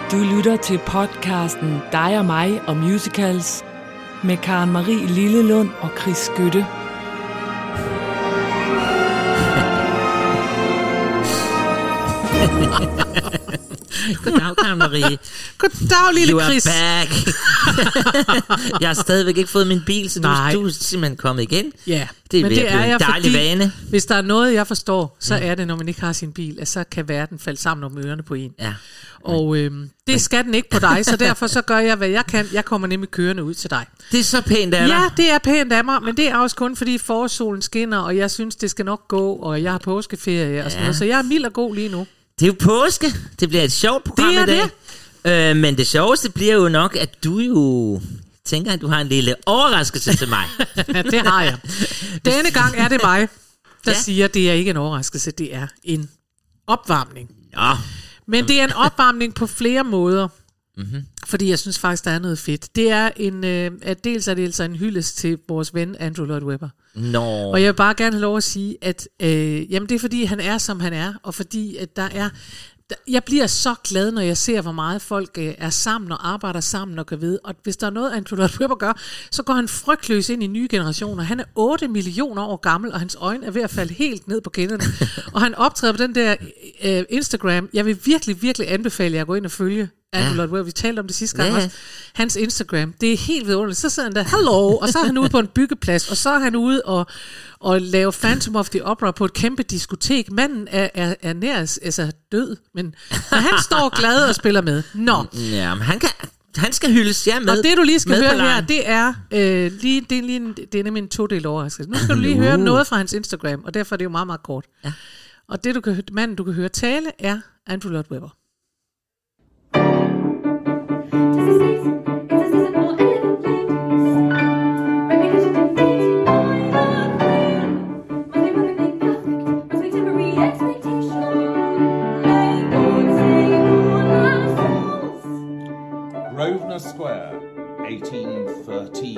Du lytter til podcasten Dig og mig og musicals med Karen Marie Lillelund og Chris Skytte. Goddag, Karen Marie. Goddag, lille Chris. You are back. Jeg har stadigvæk ikke fået min bil, så du er simpelthen kommet igen. Ja, det er men det er jeg, en dejlig vane. Hvis der er noget, jeg forstår, så er det, når man ikke har sin bil, at så kan verden falde sammen om ørerne på en. Ja. Og det skal den ikke på dig, så derfor så gør jeg, hvad jeg kan. Jeg kommer nemlig kørende ud til dig. Det er så pænt af dig. Ja, det er pænt af mig, men det er også kun fordi forårssolen skinner, og jeg synes, det skal nok gå, og jeg har påskeferie og sådan noget, så jeg er mild og god lige nu. Det er jo påske. Det bliver et sjovt program i dag. Men det sjoveste bliver jo nok, at du jo tænker, at du har en lille overraskelse til mig. Ja, det har jeg. Denne gang er det mig, der siger, at det er ikke en overraskelse, det er en opvarmning. Ja. Men det er en opvarmning på flere måder, fordi jeg synes faktisk, der er noget fedt. Det er dels er det altså en hyldest til vores ven Andrew Lloyd Webber. Og jeg vil bare gerne have lov at sige, at jamen det er fordi, han er, som han er, og fordi at jeg bliver så glad, når jeg ser, hvor meget folk er sammen og arbejder sammen og kan vide. Og hvis der er noget, Andrew Lloyd Webber gør, så går han frygtløs ind i nye generationer. Han er 8 millioner år gammel, og hans øjne er ved at falde helt ned på kinderne. Og han optræder på den der Instagram. Jeg vil virkelig, virkelig anbefale jer at gå ind og følge Andrew Lloyd Webber. Vi talte om det sidste gang også. Hans Instagram, det er helt vidunderligt. Så sidder han der, hello, og så er han ude på en byggeplads, og så er han ude og lave Phantom of the Opera på et kæmpe diskotek. Manden er nær død, men han står glad og spiller med. Ja, men han skal hyldes, med. Og det du lige skal høre her, det er det er nemlig en todel overraskelse. Nu skal du lige høre noget fra hans Instagram, og derfor er det jo meget, meget kort. Ja. Og det manden du kan høre tale er Andrew Lloyd Webber. Grosvenor Square, 1813.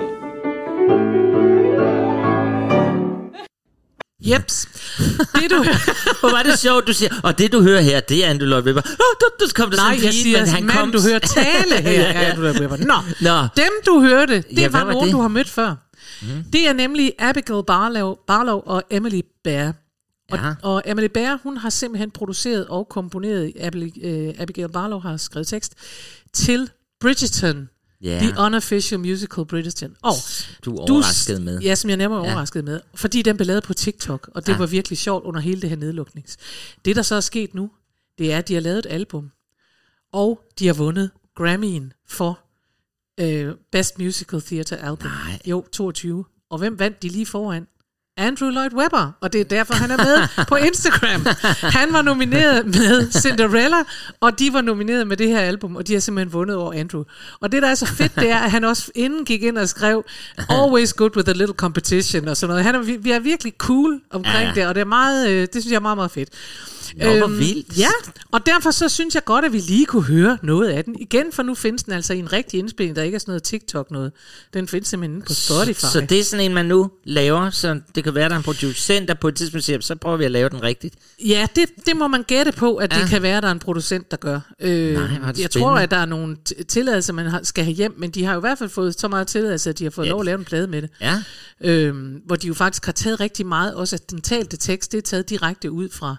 Jeps. Det du hvor var det sjovt, du siger. Og det du hører her, det er Andrew Lloyd Webber. Du kom der sådan jeg siger, men du hører tale her er Andrew Lloyd Webber. Nå. Dem du hørte, det var nogen du har mødt før. Det er nemlig Abigail Barlow og Emily Bear. Og Emily Bear, hun har simpelthen produceret og komponeret. Abigail Barlow har skrevet tekst til Bridgerton. The unofficial musical Bridgerton. Og du er overrasket med. Ja, som jeg nærmere overrasket med. Fordi den blev lavet på TikTok, og det var virkelig sjovt under hele det her nedluknings. Det, der så er sket nu, det er, at de har lavet et album, og de har vundet Grammy'en for Best Musical Theatre Album. Nej. Jo, 22. Og hvem vandt de lige foran? Andrew Lloyd Webber, og det er derfor, han er med på Instagram. Han var nomineret med Cinderella, og de var nomineret med det her album, og de har simpelthen vundet over Andrew. Og det, der er så fedt, det er, at han også inden gik ind og skrev always good with a little competition, og sådan noget. Vi er virkelig cool omkring det, og det er meget, det synes jeg er meget, meget fedt. Hvor vildt. Ja, og derfor så synes jeg godt, at vi lige kunne høre noget af den. Igen, for nu findes den altså i en rigtig indspilning, der ikke er sådan noget TikTok noget. Den findes simpelthen på Spotify. Så det er sådan en, man nu laver, så det kan være, der er en producent, der på et tidspunkt siger, så prøver vi at lave den rigtigt. Ja, det må man gætte på, at det kan være, der er en producent, der gør. Jeg tror, at der er nogle tilladelser, man skal have hjem, men de har jo i hvert fald fået så meget tilladelse, at de har fået lov at lave en plade med det. Ja. Hvor de jo faktisk har taget rigtig meget, også at den talte tekst, det er taget direkte ud fra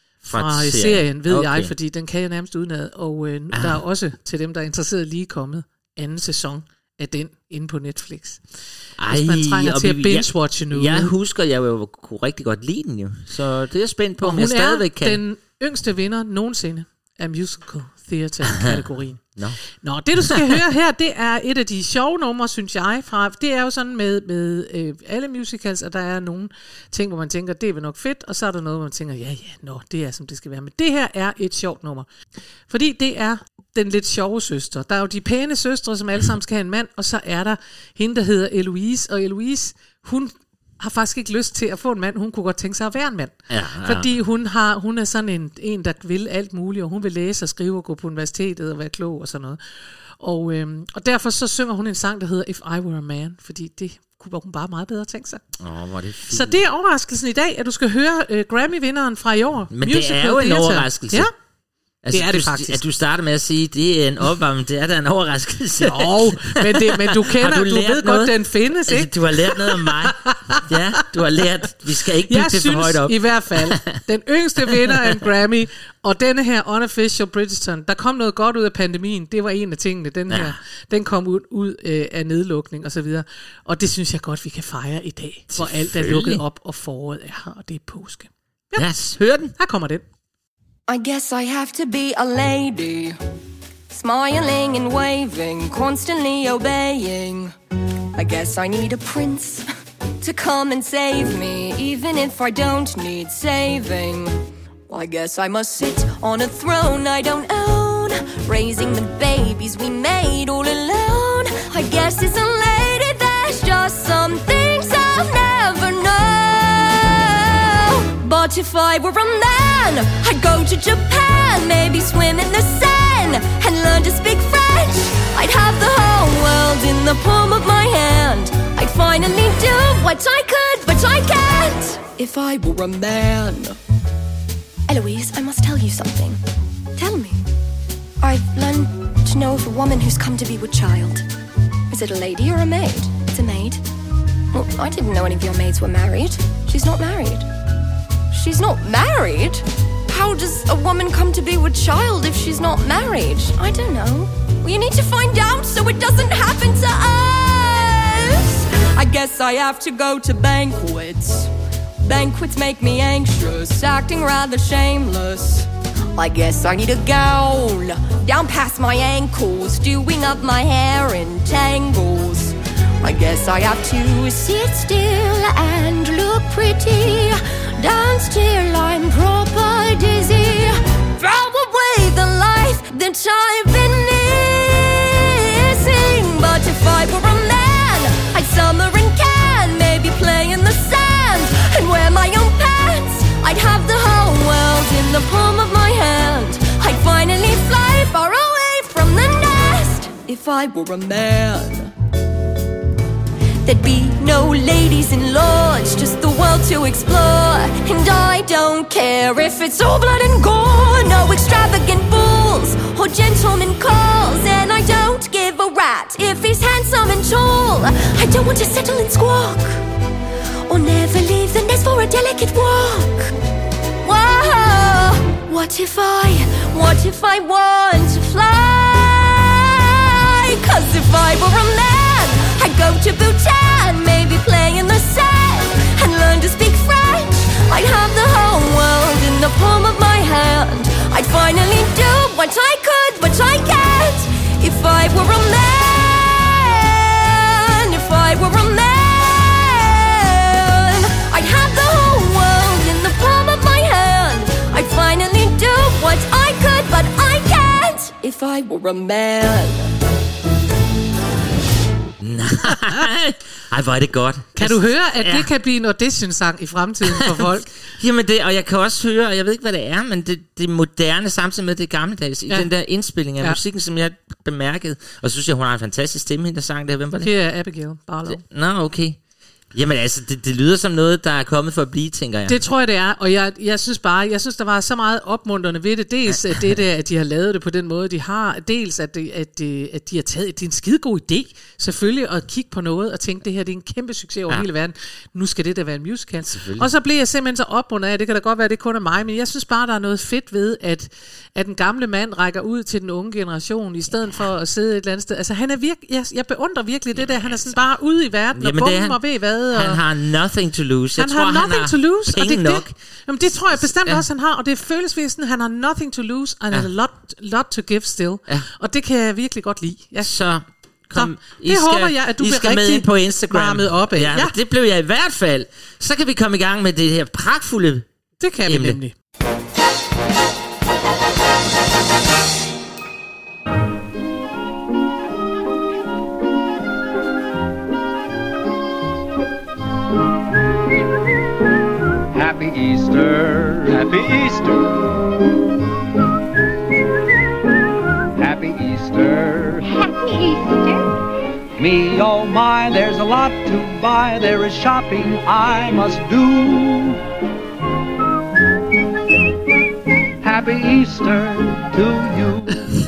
serien, ved jeg, fordi den kan jeg nærmest udenad. Og der er også, til dem, der er interesseret, lige kommet anden sæson af den inde på Netflix. Hvis man trænger til at binge-watche nu. Jeg husker, jeg jo kunne rigtig godt lide den jo. Så det er jeg spændt på, om jeg stadigvæk kan. Den yngste vinder nogensinde af musical theater-kategorien. Nå, det du skal høre her, det er et af de sjove numre, synes jeg. Det er jo sådan med alle musicals, at der er nogle ting, hvor man tænker, det er vel nok fedt, og så er der noget, hvor man tænker, det er som det skal være. Men det her er et sjovt nummer. Fordi det er den lidt sjove søster. Der er jo de pæne søstre, som alle sammen skal have en mand, og så er der hende, der hedder Eloise. Og Eloise, hun har faktisk ikke lyst til at få en mand. Hun kunne godt tænke sig at være en mand. Fordi hun er sådan en, der vil alt muligt, og hun vil læse og skrive og gå på universitetet og være klog og sådan noget. Og derfor så synger hun en sang, der hedder If I Were a Man, fordi det kunne hun bare meget bedre tænke sig. Hvor det fint. Så det er overraskelsen i dag, at du skal høre Grammy-vinderen fra i år. Men det er jo en overraskelse. Ja. Altså, det er det faktisk. At du starter med at sige, det er en opvarmning, det er da en overraskelse. Jo, men du kender, du ved noget? Godt, den findes, ikke? Altså, du har lært noget om mig. Ja, du har lært, vi skal ikke bygge det for højt op. Jeg synes i hvert fald, den yngste vinder af en Grammy, og denne her Unofficial Bridgerton, der kom noget godt ud af pandemien, det var en af tingene, den kom ud af nedlukning og så videre. Og det synes jeg godt, vi kan fejre i dag, hvor alt er lukket op, og foråret er her, og det er påske. Ja, yes, hør den. Her kommer den. I guess I have to be a lady, smiling and waving, constantly obeying. I guess I need a prince to come and save me, even if I don't need saving. I guess I must sit on a throne I don't own, raising the babies we made all alone. I guess as a lady there's just some things I'll never know. But if I were a man, I'd go to Japan, maybe swim in the Seine and learn to speak French. I'd have the whole world in the palm of my hand. I'd finally do what I could, but I can't if I were a man. Eloise, I must tell you something. Tell me. I've learned to know of a woman who's come to be with child. Is it a lady or a maid? It's a maid. Well, I didn't know any of your maids were married. She's not married. She's not married? How does a woman come to be with child if she's not married? I don't know. Well, you need to find out so it doesn't happen to us. I guess I have to go to banquets. Banquets make me anxious, acting rather shameless. I guess I need a gown down past my ankles, doing up my hair in tangles. I guess I have to sit still and look pretty, dance till I'm proper dizzy, throw away the life that I've been missing. But if I were a man, I'd summer in Cannes, maybe play in the sand and wear my own pants. I'd have the whole world in the palm of my hand. I'd finally fly far away from the nest if I were a man. There'd be no ladies in lodge, just the world to explore. And I don't care if it's all blood and gore, no extravagant balls or gentleman calls. And I don't give a rat if he's handsome and tall. I don't want to settle in squawk or never leave the nest for a delicate walk. Whoa, what if I want to fly? 'Cause if I were a man, I'd go to Bhutan, maybe play in the sand and learn to speak French. I'd have the whole world in the palm of my hand. I'd finally do what I could, but I can't if I were a man. If I were a man, I'd have the whole world in the palm of my hand. I'd finally do what I could, but I can't if I were a man. Nej, ej, hvor er det godt. Kan du høre, at det kan blive en audition-sang i fremtiden for folk? Jamen det, og jeg kan også høre, og jeg ved ikke, hvad det er, men det er moderne samtidig med det gammeldags. I den der indspilling af musikken, som jeg bemærkede. Og så synes jeg, hun har en fantastisk stemme, hende der sang det. Hvem var det? Det er Abigail Barlow. Nå, okay. Jamen altså, det lyder som noget, der er kommet for at blive, tænker jeg. Det tror jeg, det er, og jeg synes der var så meget opmuntrende ved det. Dels at det der, at de har lavet det på den måde, de har. Dels at de har taget, det er en skidegod idé, selvfølgelig, at kigge på noget og tænke, det her det er en kæmpe succes over hele verden. Nu skal det da være en musical. Og så blev jeg simpelthen så opmuntret af, det kan da godt være, det kun er mig, men jeg synes bare, der er noget fedt ved, at den gamle mand rækker ud til den unge generation, i stedet for at sidde et eller andet sted. Altså han er jeg beundrer virkelig det der, han er sådan bare ude i verden og bummer og ved hvad. Han har nothing to lose. Han har nothing to lose. Penge nok. Jamen, det tror jeg bestemt også, han har. Og det føles virkelig sådan, han har nothing to lose, and a lot to give still. Ja. Og det kan jeg virkelig godt lide. Ja. Så håber jeg, at du bliver rigtig med på Instagram. Varmet op af. Ja, det blev jeg i hvert fald. Så kan vi komme i gang med det her pragtfulde det kan emne. Vi nemlig. Happy Easter, Happy Easter, Happy Easter, Happy Easter. Me, oh my, there's a lot to buy, there is shopping I must do. Happy Easter, to you.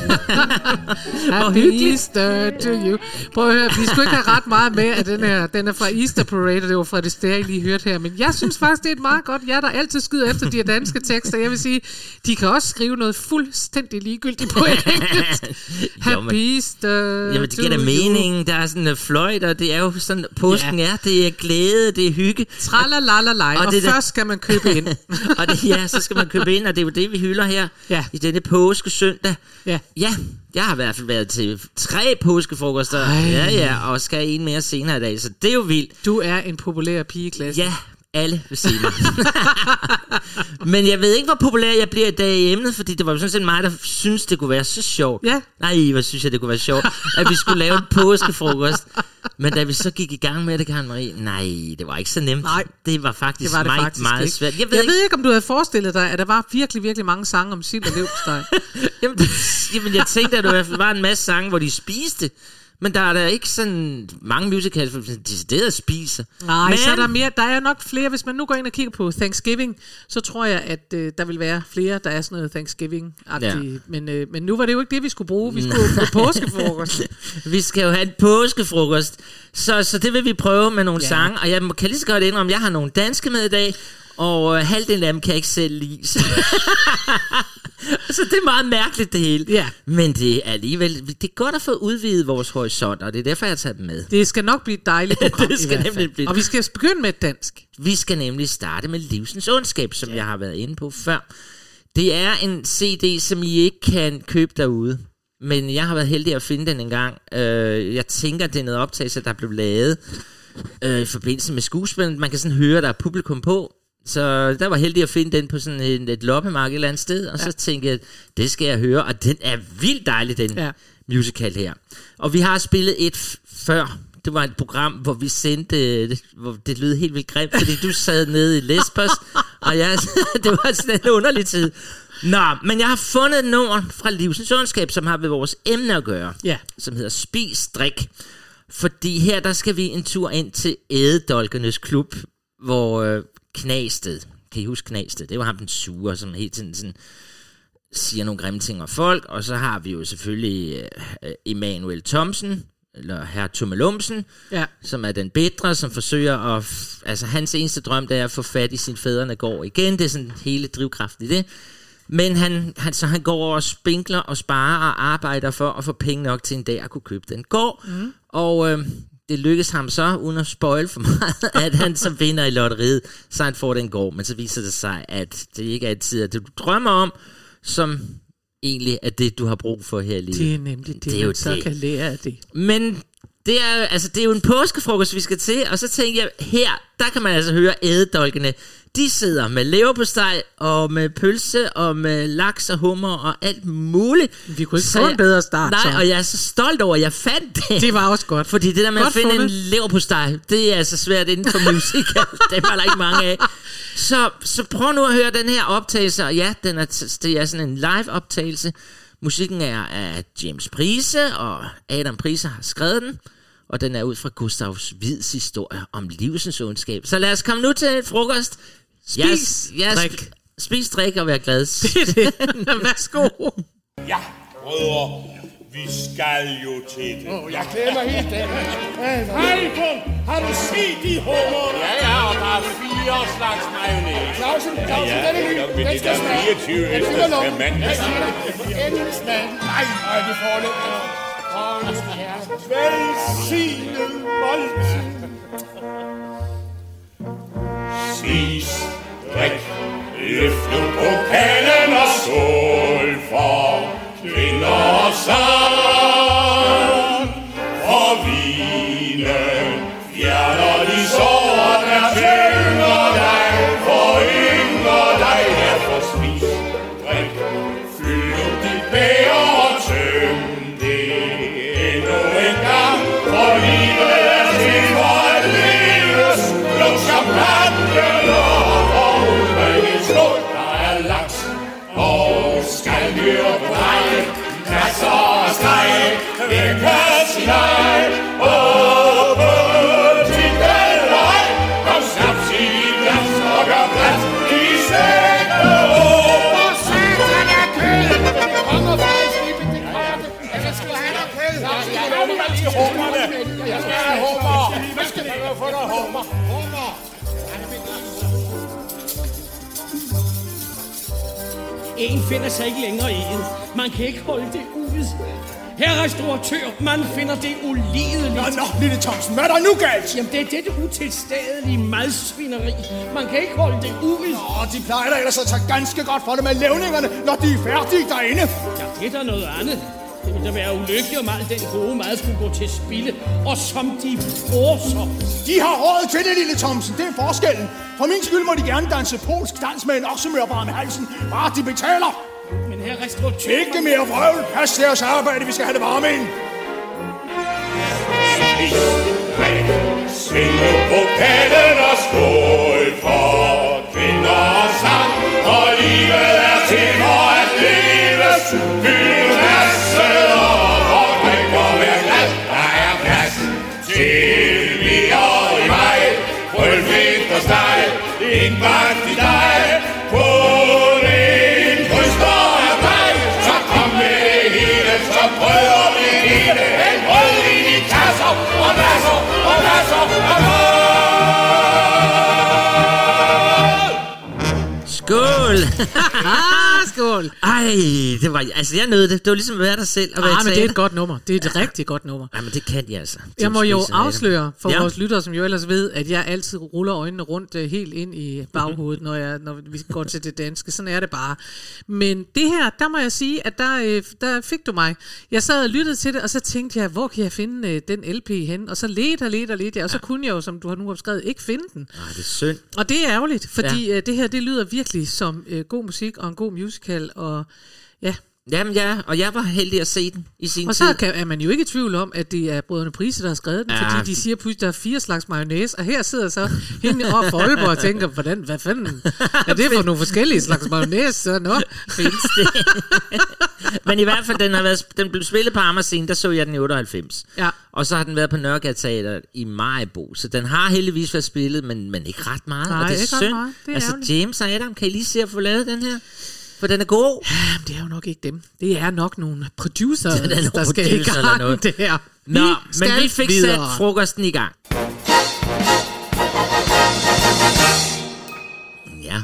Happy Easter to you. Prøv at høre, vi skulle ikke have ret meget med, at den er fra Easter Parade, og det var fra det sted, jeg lige hørte her. Men jeg synes faktisk, det er et meget godt der altid skyder efter de her danske tekster. Jeg vil sige, de kan også skrive noget fuldstændig ligegyldigt på engelsk. Happy Easter. Jamen, det giver da mening. Der er sådan en fløjt, og det er jo sådan, påsken er. Det er glæde, det er hygge. Tralalalala. Og først skal man købe ind. Og så skal man købe ind, og det er jo det, vi hylder her i denne påskesøndag. Ja, jeg har i hvert fald været til 3 påskefrokoster. Ja, og skal en mere senere i dag, så det er jo vildt. Du er en populær pigeklasse. Ja, alle vil sige mig. Men jeg ved ikke, hvor populær jeg bliver i dag i emnet, fordi det var jo sådan set mig, der synes det kunne være så sjovt. Ja. Nej, hvor synes jeg, det kunne være sjovt, at vi skulle lave en påskefrokost. Men da vi så gik i gang med det, Karen Marie, nej, det var ikke så nemt. Nej, det var faktisk meget svært. Jeg ved ikke, om du havde forestillet dig, at der var virkelig, virkelig mange sange om sild og leverpostej. Jamen, jeg tænkte, at der i hvert fald var en masse sange, hvor de spiste. Men der er der ikke sådan mange musicals, for de decideret spiser. Nej, men så er der mere. Der er nok flere. Hvis man nu går ind og kigger på Thanksgiving, så tror jeg, at der vil være flere, der er sådan noget Thanksgiving-agtigt. Ja. Men nu var det jo ikke det, vi skulle bruge. Vi skulle på påskefrokost. Vi skal jo have en påskefrokost. Så det vil vi prøve med nogle sange. Og jeg kan lige så godt indrømme, jeg har nogle danske med i dag. Og halvdelen af dem kan jeg ikke selv lide. Så det er meget mærkeligt det hele. Ja. Men det er alligevel, det er godt at få udvidet vores horisont, og det er derfor, jeg tager dem med. Det skal nok blive et dejligt program. Det skal nemlig blive. Og vi skal begynde med et dansk. Vi skal nemlig starte med Livsens Ondskab, som jeg har været inde på før. Det er en CD, som I ikke kan købe derude. Men jeg har været heldig at finde den en gang. Jeg tænker, det er noget optagelse, der blev lavet i forbindelse med skuespillet. Man kan sådan høre, der er publikum på. Så der var heldig at finde den på sådan et loppemarked et eller andet sted. Og så tænkte jeg, det skal jeg høre. Og den er vildt dejlig, den musical her. Og vi har spillet et før. Det var et program, hvor vi sendte, hvor det lød helt vildt grimt, fordi du sad nede i Lesbos. Og det var sådan en underlig tid. Nå, men jeg har fundet et nummer fra Livsens Ondskab, som har med vores emne at gøre. Som hedder Spis, Drik. Fordi her, der skal vi en tur ind til Ædedolkernes Klub, hvor Knagsted, kan I huske Knagsted? Det var ham den sure, som hele tiden sådan siger nogle grimme ting om folk. Og så har vi jo selvfølgelig Emanuel Thomsen, eller herr Tummelumsen, som er den bedre, som forsøger at... Altså hans eneste drøm, det er at få fat i sin fædrene gård igen. Det er sådan hele drivkraften i det. Men han går og spinkler og sparer og arbejder for at få penge nok til en dag at kunne købe den gård. Og det lykkes ham så, uden at spoil for meget, at han så vinder i lotteriet, så han får den gård. Men så viser det sig, at det ikke er altid at det, du drømmer om, som egentlig er det, du har brug for her i livet. Det er nemlig det, man så kan lære af det. Men det er jo en påskefrokost, vi skal til, og så tænker jeg, her, der kan man altså høre ædedolkene. De sidder med leverpostej og med pølse og med laks og hummer og alt muligt. Vi kunne ikke få en bedre start. Nej, så. Og jeg er så stolt over, at jeg fandt det. Det var også godt. Fordi det der med godt at finde en leverpostej, det er altså svært inden for musik. Det er der ikke mange af. Så prøv nu at høre den her optagelse. Og ja, det er sådan en live optagelse. Musikken er af James Price, og Adam Price har skrevet den. Og den er ud fra Gustav Wieds historie om livsens ondskab. Så lad os komme nu til et frokost. Drik. Spis, drik og vær glad. Værsgo. Ja, brødre. Vi skal jo til det. Jeg glæder mig helt af. Hej, Pum. Har du set de hummer? Ja, og der er 4 slags mayonnaise. Clausen, den er ny. Den skal smage. 24 efter skal mand. Jeg siger det. Endelig smag. Nej, det får det. Velsignet måltid. Spis, drik, løft nu pokalen og skål for kvinder og sang. For vinen fjerner de sår, der tynger dig, forynger dig, derfor spis, drik, fyld nu dit bæger og tøm det endnu en gang, for livet er til for at leves. Luk champagne op og udbring en skål, der er laks og skaldyr på vej, masser af steg, det kan sige nej, og på dit ej, kom snaps i glas og gør plads i sæt, og satan er kød, kom se hummerne. Jeg skal have hummer. Hvad skal jeg få dig hummer? En finder sig ikke længere i det. Man kan ikke holde det ud. Herre restauratør, man finder det ulideligt. Nå, lille Thomsen, hvad er der nu galt? Jamen, det er dette utilstedelige madsvineri. Man kan ikke holde det ud. De plejer da ellers at tage ganske godt for det med levningerne, når de er færdige derinde. Ja, det er da noget andet. Det ville da være ulykkeligt, om al den gode mad skulle gå til spilde. Og som de forser. De har råd til det, lille Thomsen. Det er forskellen. For min skyld må de gerne danse polsk dans med en oksemørbar med halsen. Bare de betaler. Men her restauratør... Ikke mere vrøvl. Pas til os arbejde, vi skal have det varme ind. Sving nu pokalen og skål for kvinder og sang. Og livet er til for at leves. Fyld glasset op og drik på hver glas. Der er plads til mere i vej. Brøl fedt og steg. En bagt i dig. På en bryster af dig. Så kom med det hele. Så prøver vi hele. En brød i de kasser. Og masser og masser af brød. Skål! Skål. Ej, det var, altså jeg nød det. Det var ligesom at være der selv. Men det er et godt nummer. Det er et rigtig godt nummer. Nej, men det kan de altså. Jeg må jo afsløre for vores lyttere, som jo ellers ved, at jeg altid ruller øjnene rundt helt ind i baghovedet, når vi går til det danske. Sådan er det bare. Men det her, der må jeg sige, at der fik du mig. Jeg sad og lyttede til det, og så tænkte jeg, hvor kan jeg finde den LP hen? Og så ledte jeg, og så kunne jeg jo, som du har nu opskrevet, ikke finde den. Nej, det er synd. Og det er ærgerligt, fordi det her, det lyder virkelig som god musik og en god musical, og ja. Jamen ja, og jeg var heldig at se den i sin tid. Og så er man jo ikke i tvivl om, at det er Brødrene Price, der har skrevet den, fordi de siger pludselig, der er 4 slags mayonnaise, og her sidder så hende over for Aalborg og tænker, hvad fanden er det for nogle forskellige slags mayonnaise? Så nå, findes det. Men i hvert fald, den blev spillet på Amager, der så jeg den i 98. Ja. Og så har den været på Nørregade Teater i Maribo, så den har heldigvis været spillet, men ikke ret meget. Nej, og det er ikke synd. ret meget. Det er altså ærgerligt. James og Adam, kan I lige se at få lavet den her? For den er god. Jamen, det er jo nok ikke dem. Det er nok nogle producer, der skal i producer gang det her. Nå, men vi fik sat frokosten i gang. Ja.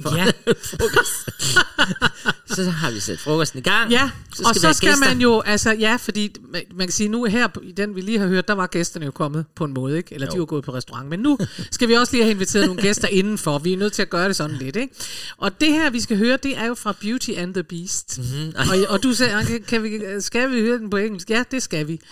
Så har vi sat frokosten i gang. Ja, og så skal gæster. man jo, altså ja, fordi man kan sige, nu her, i den vi lige har hørt, der var gæsterne jo kommet på en måde, ikke? Eller jo. De var gået på restaurant, men nu skal vi også lige have inviteret nogle gæster indenfor. Vi er nødt til at gøre det sådan lidt, ikke? Og det her, vi skal høre, det er jo fra Beauty and the Beast. Mm-hmm. Og du sagde, skal vi høre den på engelsk? Ja, det skal vi.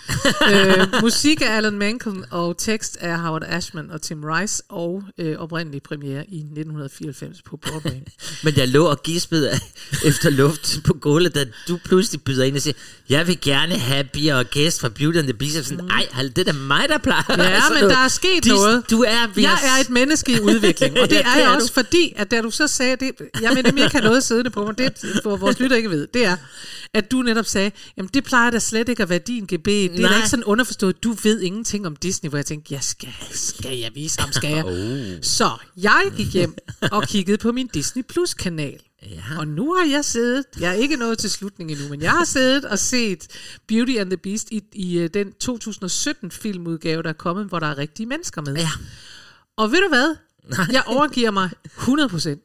Musik af Alan Menken, og tekst af Howard Ashman og Tim Rice, og oprindelig premiere i 1994 på Broadway. Men jeg lå og gispede efter luft på gulvet, da du pludselig byder ind og siger, jeg vil gerne have bier og gæst fra Beauty and the Beast. Sådan, det er da mig, der plejer. Ja, altså, men der er sket noget. Jeg er et menneske i udvikling, og det er jeg også, fordi, at da du så sagde det, jeg mener, jeg ikke har noget siddende på mig, det for vores lytter ikke ved, det er, at du netop sagde, jamen det plejer da slet ikke at være din gebet. Det er da ikke sådan underforstået, du ved ingenting om Disney, hvor jeg tænkte, skal jeg vise ham, skal jeg? Så jeg gik hjem og kiggede på min Disney Plus kanal. Ja. Og nu har jeg siddet, jeg er ikke nået til slutningen endnu, men jeg har siddet og set Beauty and the Beast i den 2017 filmudgave, der er kommet, hvor der er rigtige mennesker med. Ja. Og ved du hvad? Jeg overgiver mig 100%.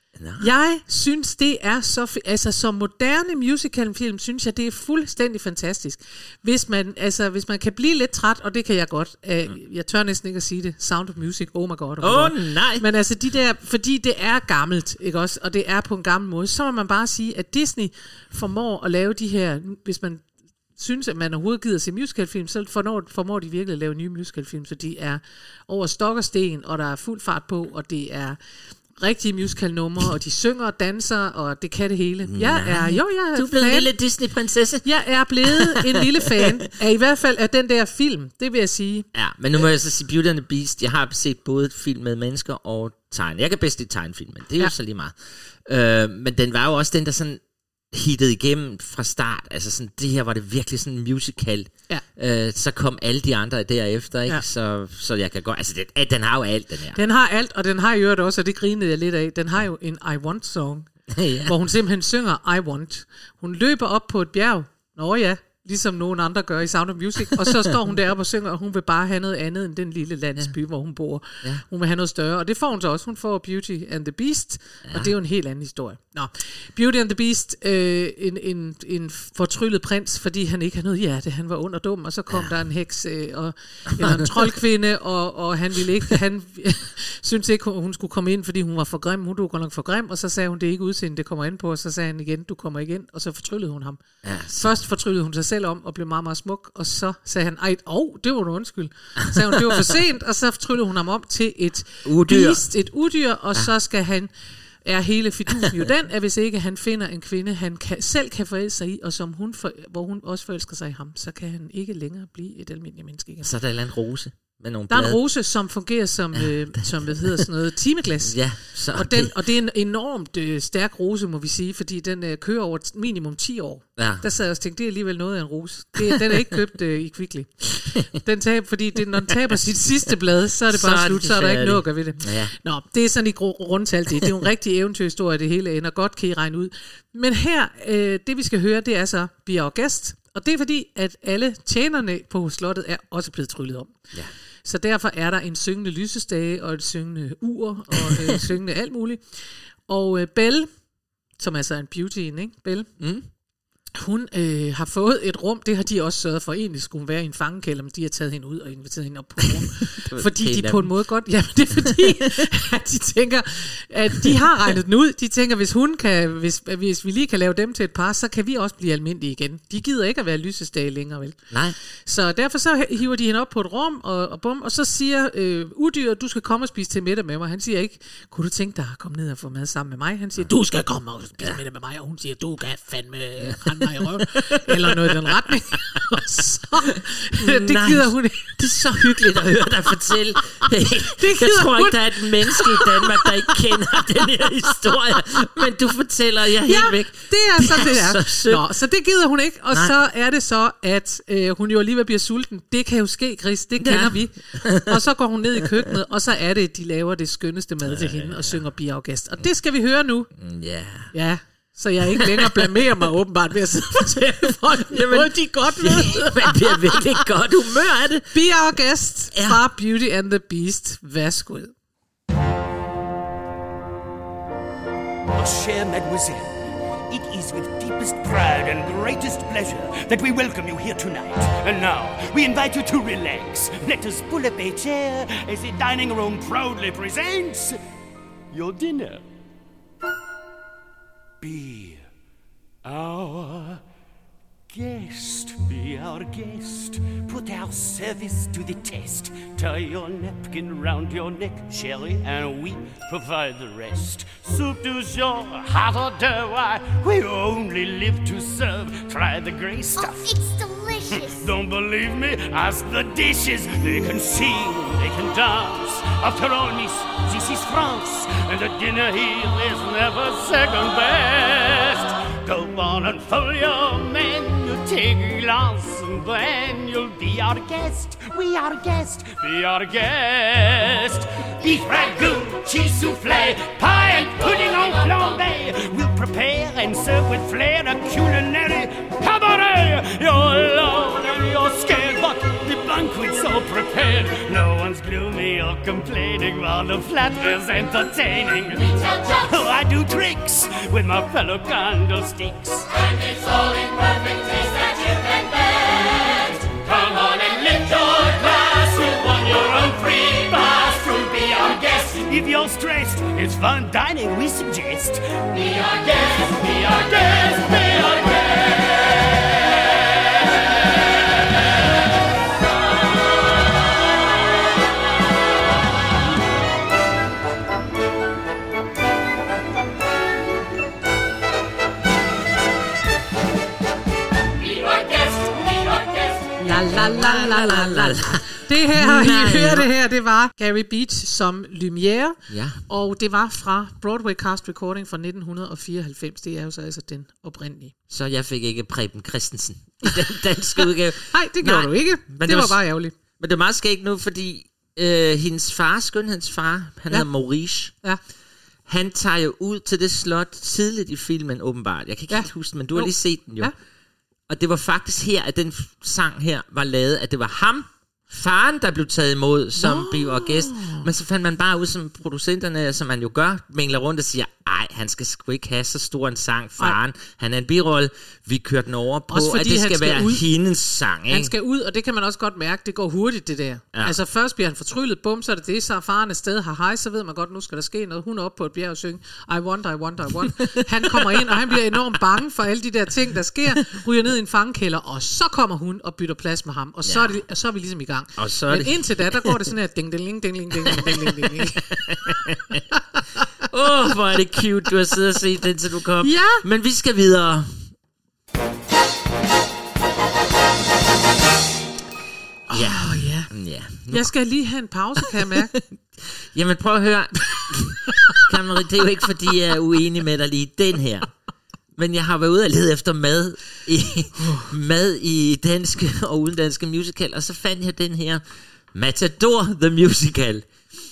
Jeg synes, det er så... Altså, som moderne musicalfilm, synes jeg, det er fuldstændig fantastisk. Hvis man kan blive lidt træt, og det kan jeg godt. Jeg tør næsten ikke at sige det. Sound of Music, oh my god. Nej. Men altså, de der... Fordi det er gammelt, ikke også? Og det er på en gammel måde. Så må man bare sige, at Disney formår at lave de her... Hvis man synes, at man overhovedet gider se musicalfilm, så formår de virkelig at lave nye musicalfilm, så de er over stok og sten, og der er fuld fart på, og det er rigtige musicalnumre, og de synger og danser, og det kan det hele. Jeg er du er blevet en lille Disney-prinsesse. Jeg er blevet en lille fan af i hvert fald af den der film, det vil jeg sige. Ja, men nu må jeg så sige Beauty and the Beast. Jeg har set både et film med mennesker og tegn. Jeg kan bedst lide tegnfilm, men det er jo så lige meget. Men den var jo også den, der sådan hittede igennem fra start. Altså sådan, det her var det virkelig sådan en musical. Ja. Så kom alle de andre derefter, ikke? Ja. Så jeg kan godt... Altså, den har jo alt, den her. Den har alt, og den har jo også, og det grinede jeg lidt af, den har jo en I Want-song, hvor hun simpelthen synger I Want. Hun løber op på et bjerg. Nå ja, ligesom nogen andre gør i Sound of Music, og så står hun deroppe og synger, og hun vil bare have noget andet end den lille landsby, hvor hun bor. Ja. Hun vil have noget større, og det får hun så også. Hun får Beauty and the Beast, og det er jo en helt anden historie. Nå, Beauty and the Beast, en fortryllet prins, fordi han ikke havde noget hjerte. Han var ond og dum, og så kom der en heks eller en troldkvinde, og han ville ikke, han syntes ikke, hun skulle komme ind, fordi hun var for grim. Hun var godt nok for grim, og så sagde hun, det er ikke udseende, det kommer ind på, og så sagde han igen, du kommer igen, og så fortryllede hun ham. Ja, først fortryllede hun sig selv om, og blev meget, meget smuk, og så sagde han, det var du undskyld. Så sagde hun, det var for sent, og så fortryllede hun ham om til et beast, et udyr, og så skal han, er hele fidusen jo den, at hvis ikke han finder en kvinde, han selv kan forelske sig i, og som hvor hun også forelsker sig i ham, så kan han ikke længere blive et almindeligt menneske igen. Så er der en eller anden rose med nogle blade. Der er en rose, som fungerer som hvad hedder sådan noget, timeglas. Ja, så og det er en enormt stærk rose, må vi sige, fordi den kører over minimum 10 år. Ja. Der sad jeg og tænkte, det er alligevel noget af en rose. Den er ikke købt i Kvickly. Den taber, fordi når den taber sit sidste blad, så er det bare slut, så er der ikke noget at gøre ved det. Ja. Nå, det er sådan i rundtal det. Det er jo en rigtig eventyrhistorie, det hele ender godt, kan I regne ud. Men her, det vi skal høre, det er så Be Our Guest, og det er fordi, at alle tjenerne på slottet er også blevet tryllet om. Ja. Så derfor er der en syngende lysestage, og et syngende ur, og syngende alt muligt. Og Belle, som altså er en beauty, ikke? Belle, hun har fået et rum, det har de også sørget for, egentlig skulle hun være i en fangekælder, men de har taget hende ud og inviteret hende op på et rum. Fordi de på en måde godt, ja, det er fordi, at de tænker, at de har regnet den ud. De tænker, hvis hun kan, hvis vi lige kan lave dem til et par, så kan vi også blive almindelige igen. De gider ikke at være lysestage længere, vel? Nej. Så derfor så hiver de hende op på et rum, og så siger udyret, du skal komme og spise til middag med mig. Han siger ikke, kunne du tænke dig at komme ned og få mad sammen med mig? Han siger, du skal komme og spise middag med mig, og hun siger, du kan fandme mig i røven, eller noget i den retning. Og så, det gider hun ikke. Det er så hyggeligt at høre dig fortælle. Jeg tror ikke, der er et menneske i Danmark, der ikke kender den her historie, men du fortæller jeg helt væk. Det er så det er. Nå, så det gider hun ikke, og så er det så, at hun jo alligevel bliver sulten. Det kan jo ske, Chris, det kender vi. Og så går hun ned i køkkenet, og så er det, de laver det skønneste mad til hende, og synger Be Our Guest. Og det skal vi høre nu. Ja. Så jeg ikke længere blamerer mig åbenbart ved at sidde og fortælle folk noget, de godt ved. Man bliver virkelig godt humør af det. Be Our Guest fra Beauty and the Beast. Værsgo. Chère mademoiselle, it is with deepest pride and greatest pleasure that we welcome you here tonight. And now, we invite you to relax. Let us pull up a chair as the dining room proudly presents your dinner. Be our guest, be our guest. Put our service to the test. Tie your napkin round your neck, Sherry, and we provide the rest. Soup du jour, hot or d'oeuvre, we only live to serve. Try the grey stuff. Oh, it's delicious. Don't believe me? Ask the dishes. They can sing, they can dance. After all, miss, this is France, and the dinner here is never second best. Go on and fill your menu, take a glass, and then you'll be our guest. We are guest, be our guest. Beef ragout, cheese soufflé, pie and pudding en flambé. We'll prepare and serve with flair a culinary cabaret. You're alone and you're scared, but the banquet's all prepared. No one's gloomy or complaining while the flat is entertaining. Oh, I do tricks with my fellow candlesticks. And it's all in perfect taste that you can bet. Come on and lift your glass. You won your own free pass to be our guest. If you're stressed, it's fun dining, we suggest. Be our guest, be our guest, be our guest. La. Det her, I hører det her, det var Gary Beach som Lumière, og det var fra Broadway Cast Recording fra 1994. Det er jo så altså den oprindelige. Så jeg fik ikke Preben Christensen i den danske udgave. Nej, det gjorde du ikke. Men det var bare ærgerligt. Men det er meget skægt nu, fordi hendes far, skønhedsfar, han hedder Maurice. Ja. Han tager jo ud til det slot tidligt i filmen, åbenbart. Jeg kan ikke helt huske, men du har lige set den jo. Ja. Og det var faktisk her, at den sang her var lavet, at det var ham, faren, der blev taget imod som biver og gæst. Men så fandt man bare ud som producenterne, som man jo gør, mingler rundt og siger, ej, han skal sgu ikke have så stor en sang, faren. Han er en birolle. Vi kørte den over på, at det skal være hendes sang. Ikke? Han skal ud, og det kan man også godt mærke, det går hurtigt, det der. Ja. Altså først bliver han fortryllet, bum, så er det, så er faren afsted, hej, så ved man godt, nu skal der ske noget. Hun er oppe på et bjerg og synge, I want. Han kommer ind, og han bliver enormt bange for alle de der ting, der sker, ryger ned i en fangekælder, og så kommer hun og bytter plads med ham, og så er vi ligesom i gang. Og så men indtil da, der går det sådan her, ding, ding, ding, ding, ding, ding, ding, ding. Hvor er det cute, du har siddet og set den, til du kom. Ja. Men vi skal videre. Ja. Jeg skal lige have en pause, kan jeg mærke. Jamen prøv at høre. Kammeri, det er jo ikke fordi jeg er uenig med dig lige den her. Men jeg har været ude og lede efter mad i danske og udenlandske musical, og så fandt jeg den her Matador the Musical.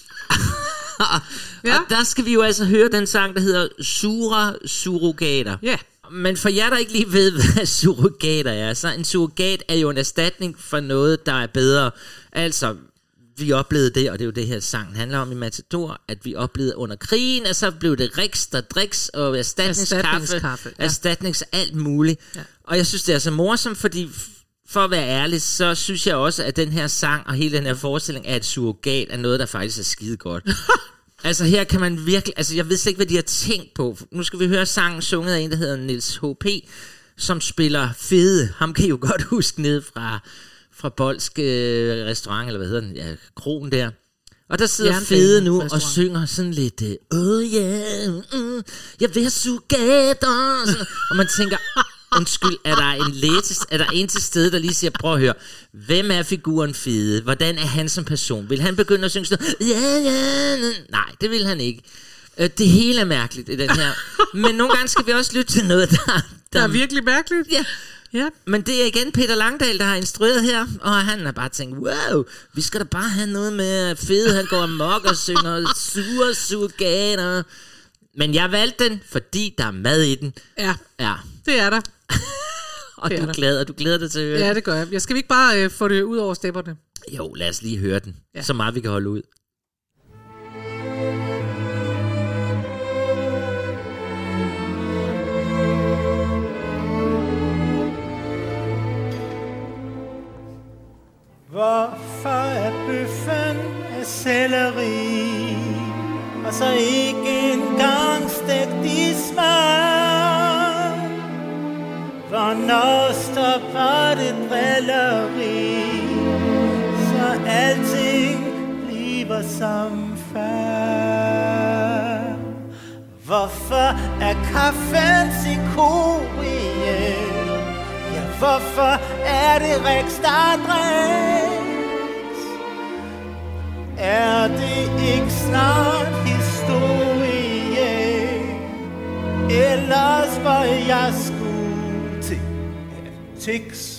Ja. Og der skal vi jo altså høre den sang, der hedder Sura Surrogater. Ja. Men for jer, der ikke lige ved, hvad surrogater er, så en surrogat er jo en erstatning for noget, der er bedre. Altså, vi oplevede det, og det er jo det her sang handler om i Matador, at vi oplevede under krigen, og så blev det riks, der driks, og erstatningskaffe, erstatnings alt muligt. Ja. Og jeg synes, det er så morsomt, fordi for at være ærlig, så synes jeg også, at den her sang og hele den her forestilling af et surrogat er noget, der faktisk er skide godt. Altså her kan man virkelig, altså jeg ved slet ikke, hvad de har tænkt på. Nu skal vi høre sangen sunget af en, der hedder Niels H.P., som spiller Fede. Ham kan I jo godt huske ned fra Bolsk restaurant, eller hvad hedder den? Ja, krogen der. Og der sidder Fede nu og synger sådan lidt, jeg vil have surrogater. Og man tænker, undskyld, er der en til stede, der lige siger, prøv at høre, hvem er figuren Fede? Hvordan er han som person? Vil han begynde at synge sådan, nej, det vil han ikke. Det hele er mærkeligt i den her. Men nogle gange skal vi også lytte til noget, der er virkelig mærkeligt. Ja. Men det er igen Peter Langdal, der har instrueret her, og han har bare tænkt, wow, vi skal da bare have noget med Fede, han går amok og synger sure surrogater. Men jeg valgte den, fordi der er mad i den. Ja. Det er der. Og du glæder dig til at høre den. Ja, det gør jeg. Skal vi ikke bare få det ud over stepperne? Jo, lad os lige høre den. Ja. Så meget vi kan holde ud. Hvorfor er bøffen af selleri, og så ikke engang stegt i smør? Hvornår stopper det drilleri, så alting bliver som før? Hvorfor er kaffen cikorie? Ja, hvorfor er det Rex, der driks? Er det ikke snart historie? Ellers var jeg skulle til Tix.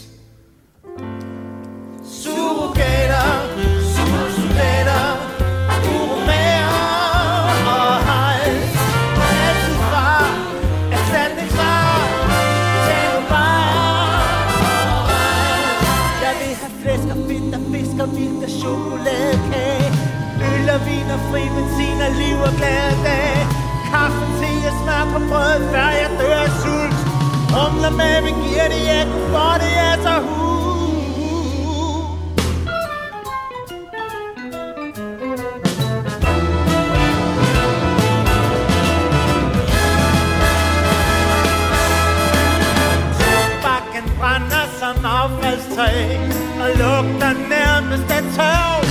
Surrogater, surrogater, uromærer og hejs. Altid far, erstatningsfar, tag nu bare og rejs. Jeg vil have flæsk og fedt og fisk og vildt og chokoladekage. Øl og vin og fri benzin og liv og glade dage. Kaffe, te og smør på brødet, før jeg dør af sult. Rumler med, vi giver det, ja, for det er så Tobakken brænder som affaldstræ og lugter nærmest af tørv.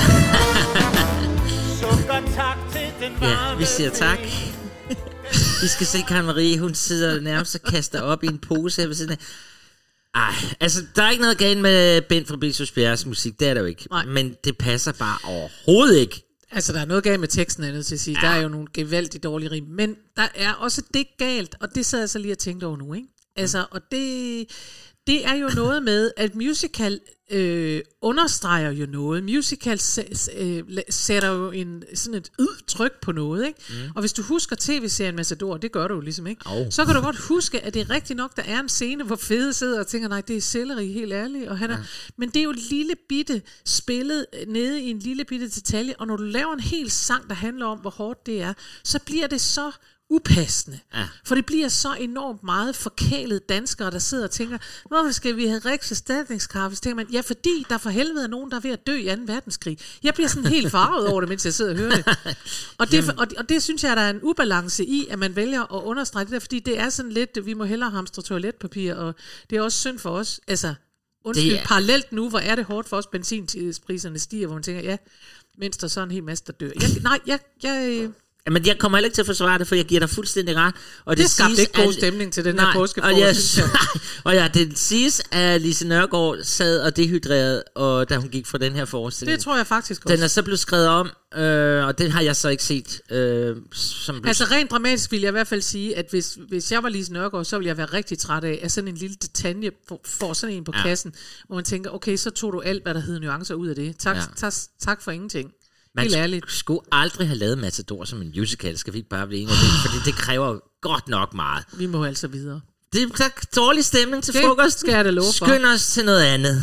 Sukker tak til den varme. Ja, vi siger tak. Vi skal se Karen Marie, hun sidder nærmest og kaster op i en pose her ved siden af. Ej, altså der er ikke noget galt med Bent Fabricius Bjerres musik, det er der jo ikke. Nej. Men det passer bare overhovedet ikke. Altså der er noget galt med teksten, jeg nødt til at sige. Ja. Der er jo nogle gevaldigt dårlige rim. Men der er også det galt, og det sad jeg så lige og tænkte over nu, ikke? Altså, og det det er jo noget med, at musical understreger jo noget. Musical sætter jo sådan et tryk på noget, ikke? Og hvis du husker tv-serien Matador, det gør du jo ligesom, ikke? Så kan du godt huske, at det er rigtigt nok, der er en scene, hvor Fede sidder og tænker, nej, det er Selleri, helt ærligt. Og han er, men det er jo lille bitte spillet nede i en lille bitte detalje, og når du laver en hel sang, der handler om, hvor hårdt det er, så bliver det så upassende. Ja. For det bliver så enormt meget forkælede danskere, der sidder og tænker, hvorfor skal vi have Riks erstatningskaffe? Så tænker man, ja, fordi der for helvede er nogen, der er ved at dø i 2. verdenskrig. Jeg bliver sådan helt farvet over det, mens jeg sidder og hører det. Og det synes jeg, der er en ubalance i, at man vælger at understrege det der, fordi det er sådan lidt, vi må hellere hamstre toiletpapir, og det er også synd for os. Altså, parallelt nu, hvor er det hårdt for os, benzinpriserne stiger, hvor man tænker, ja, mens der så er en hel masse, der dør. Men jeg kommer heller ikke til at forsvare det, for jeg giver dig fuldstændig ret. Og det skabte ikke god stemning til den her påskeforhold. Og det siges, at Lise Nørgaard sad og dehydrerede, og da hun gik fra den her forestilling. Det tror jeg faktisk også. Den er så blevet skrevet om, og det har jeg så ikke set. Altså rent dramatisk vil jeg i hvert fald sige, at hvis jeg var Lise Nørgaard, så ville jeg være rigtig træt af, at sådan en lille detalje får sådan en på kassen, hvor man tænker, okay, så tog du alt, hvad der hed nuancer ud af det. Tak for ingenting. Man skulle aldrig have lavet Matador som en musical, skal vi ikke bare blive enige om det, fordi det kræver godt nok meget. Vi må altså videre. Det er dårlig stemning til frokost. Skal jeg da love for. Skynd os til noget andet.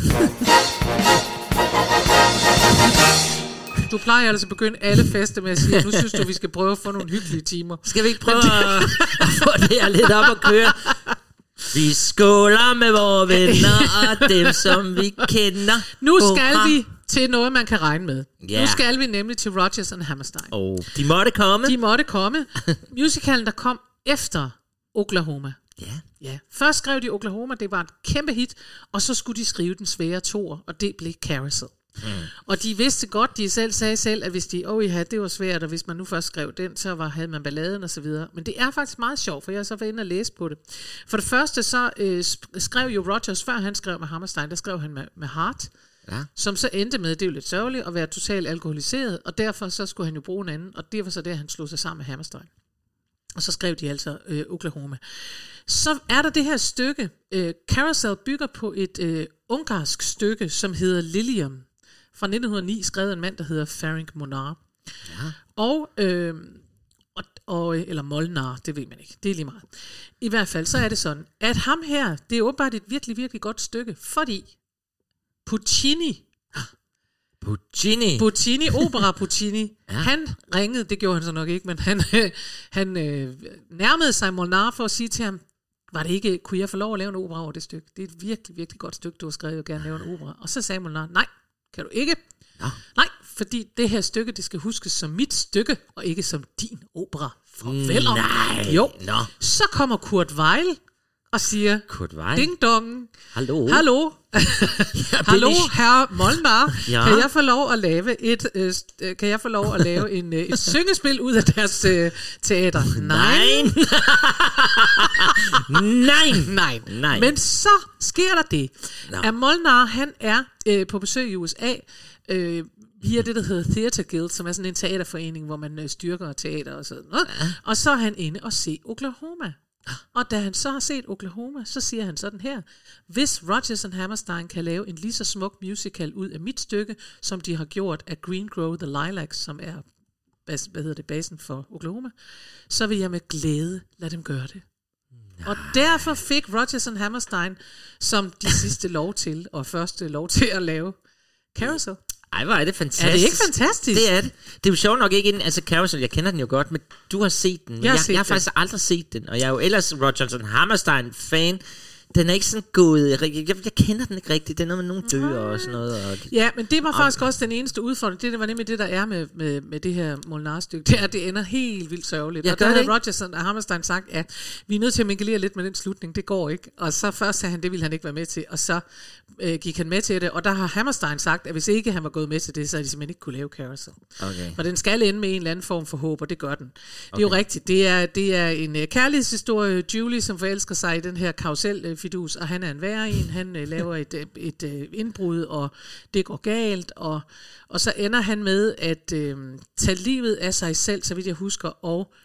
Du plejer altså at begynde alle fester med at sige, nu synes du, vi skal prøve at få nogle hyggelige timer. Skal vi ikke prøve at få det her lidt op at køre? Vi skåler med vores venner og dem, som vi kender. Nu skal vi til noget, man kan regne med. Nu skal vi nemlig til Rodgers and Hammerstein. De måtte komme. De måtte komme. Musicalen, der kom efter Oklahoma. Ja. Først skrev de Oklahoma, det var et kæmpe hit, og så skulle de skrive den svære toer, og det blev Carousel. Og de vidste godt, de sagde selv, at hvis det var svært, og hvis man nu først skrev den, så havde man balladen og så videre. Men det er faktisk meget sjovt, for jeg har så været inde og læse på det. For det første så skrev jo Rodgers, før han skrev med Hammerstein, der skrev han med Hart, som så endte med, det er jo lidt sørgeligt, at være totalt alkoholiseret, og derfor så skulle han jo bruge en anden, og det var så der, han slog sig sammen med Hammerstein. Og så skrev de altså Oklahoma. Så er der det her stykke. Carousel bygger på et ungarsk stykke, som hedder Lilium. Fra 1909 skrevet en mand, der hedder Ferenc Molnár. Eller Molnár, det ved man ikke. Det er lige meget. I hvert fald, så er det sådan, at ham her, det er åbenbart et virkelig, virkelig godt stykke, fordi Puccini, opera Puccini, han ringede, det gjorde han så nok ikke, men han nærmede sig Molnár for at sige til ham, kunne jeg få lov at lave en opera over det stykke? Det er et virkelig, virkelig godt stykke, du har skrevet, og gerne lave en opera. Og så sagde Molnár, nej, kan du ikke? Nej, fordi det her stykke, det skal huskes som mit stykke, og ikke som din opera. Farveler. Nej. Jo. Så kommer Kurt Weill og siger, ding dong. Hallo, herre Molnár. Kan jeg få lov at lave et syngespil ud af deres teater? Nej. Men så sker der det, at Molnár, han er på besøg i USA, via det, der hedder Theatre Guild, som er sådan en teaterforening, hvor man styrker teater og sådan noget. Og så er han inde og se Oklahoma. Og da han så har set Oklahoma, så siger han sådan her: hvis Rodgers and Hammerstein kan lave en lige så smuk musical ud af mit stykke, som de har gjort af Green Grow the Lilacs, som er basen for Oklahoma, så vil jeg med glæde lade dem gøre det. Og derfor fik Rodgers and Hammerstein som de sidste første lov til at lave Carousel. Ej, hvor er det fantastisk. Er det ikke fantastisk? Det er det. Det er jo sjovt nok ikke inden, altså Carousel, jeg kender den jo godt, men du har set den. Jeg har faktisk aldrig set den, og jeg er jo ellers Rodgers and Hammerstein-fan. Den er ikke sådan gået, jeg kender den ikke rigtigt. Det er noget med nogle døre og sådan noget. Og ja, men det var faktisk også den eneste udfordring. Det var nemlig det, der er med det her Molnár-stykke. Det er, at det ender helt vildt sørgeligt. Og der havde Rodgers and Hammerstein sagt, at vi er nødt til at mingelere lidt med den slutning. Det går ikke. Og så først sagde han, det ville han ikke være med til. Og så gik han med til det. Og der har Hammerstein sagt, at hvis ikke han var gået med til det, så havde de simpelthen ikke kunne lave Carousel. Okay. For den skal ende med en eller anden form for håb, og det gør den. Det er jo rigtigt. Det er en kærlighedshistorie. Julie, som forelsker sig i den her karusel-fidus, og han er en værre en. Han laver et indbrud, og det går galt, og så ender han med at tage livet af sig selv, så vidt jeg husker, og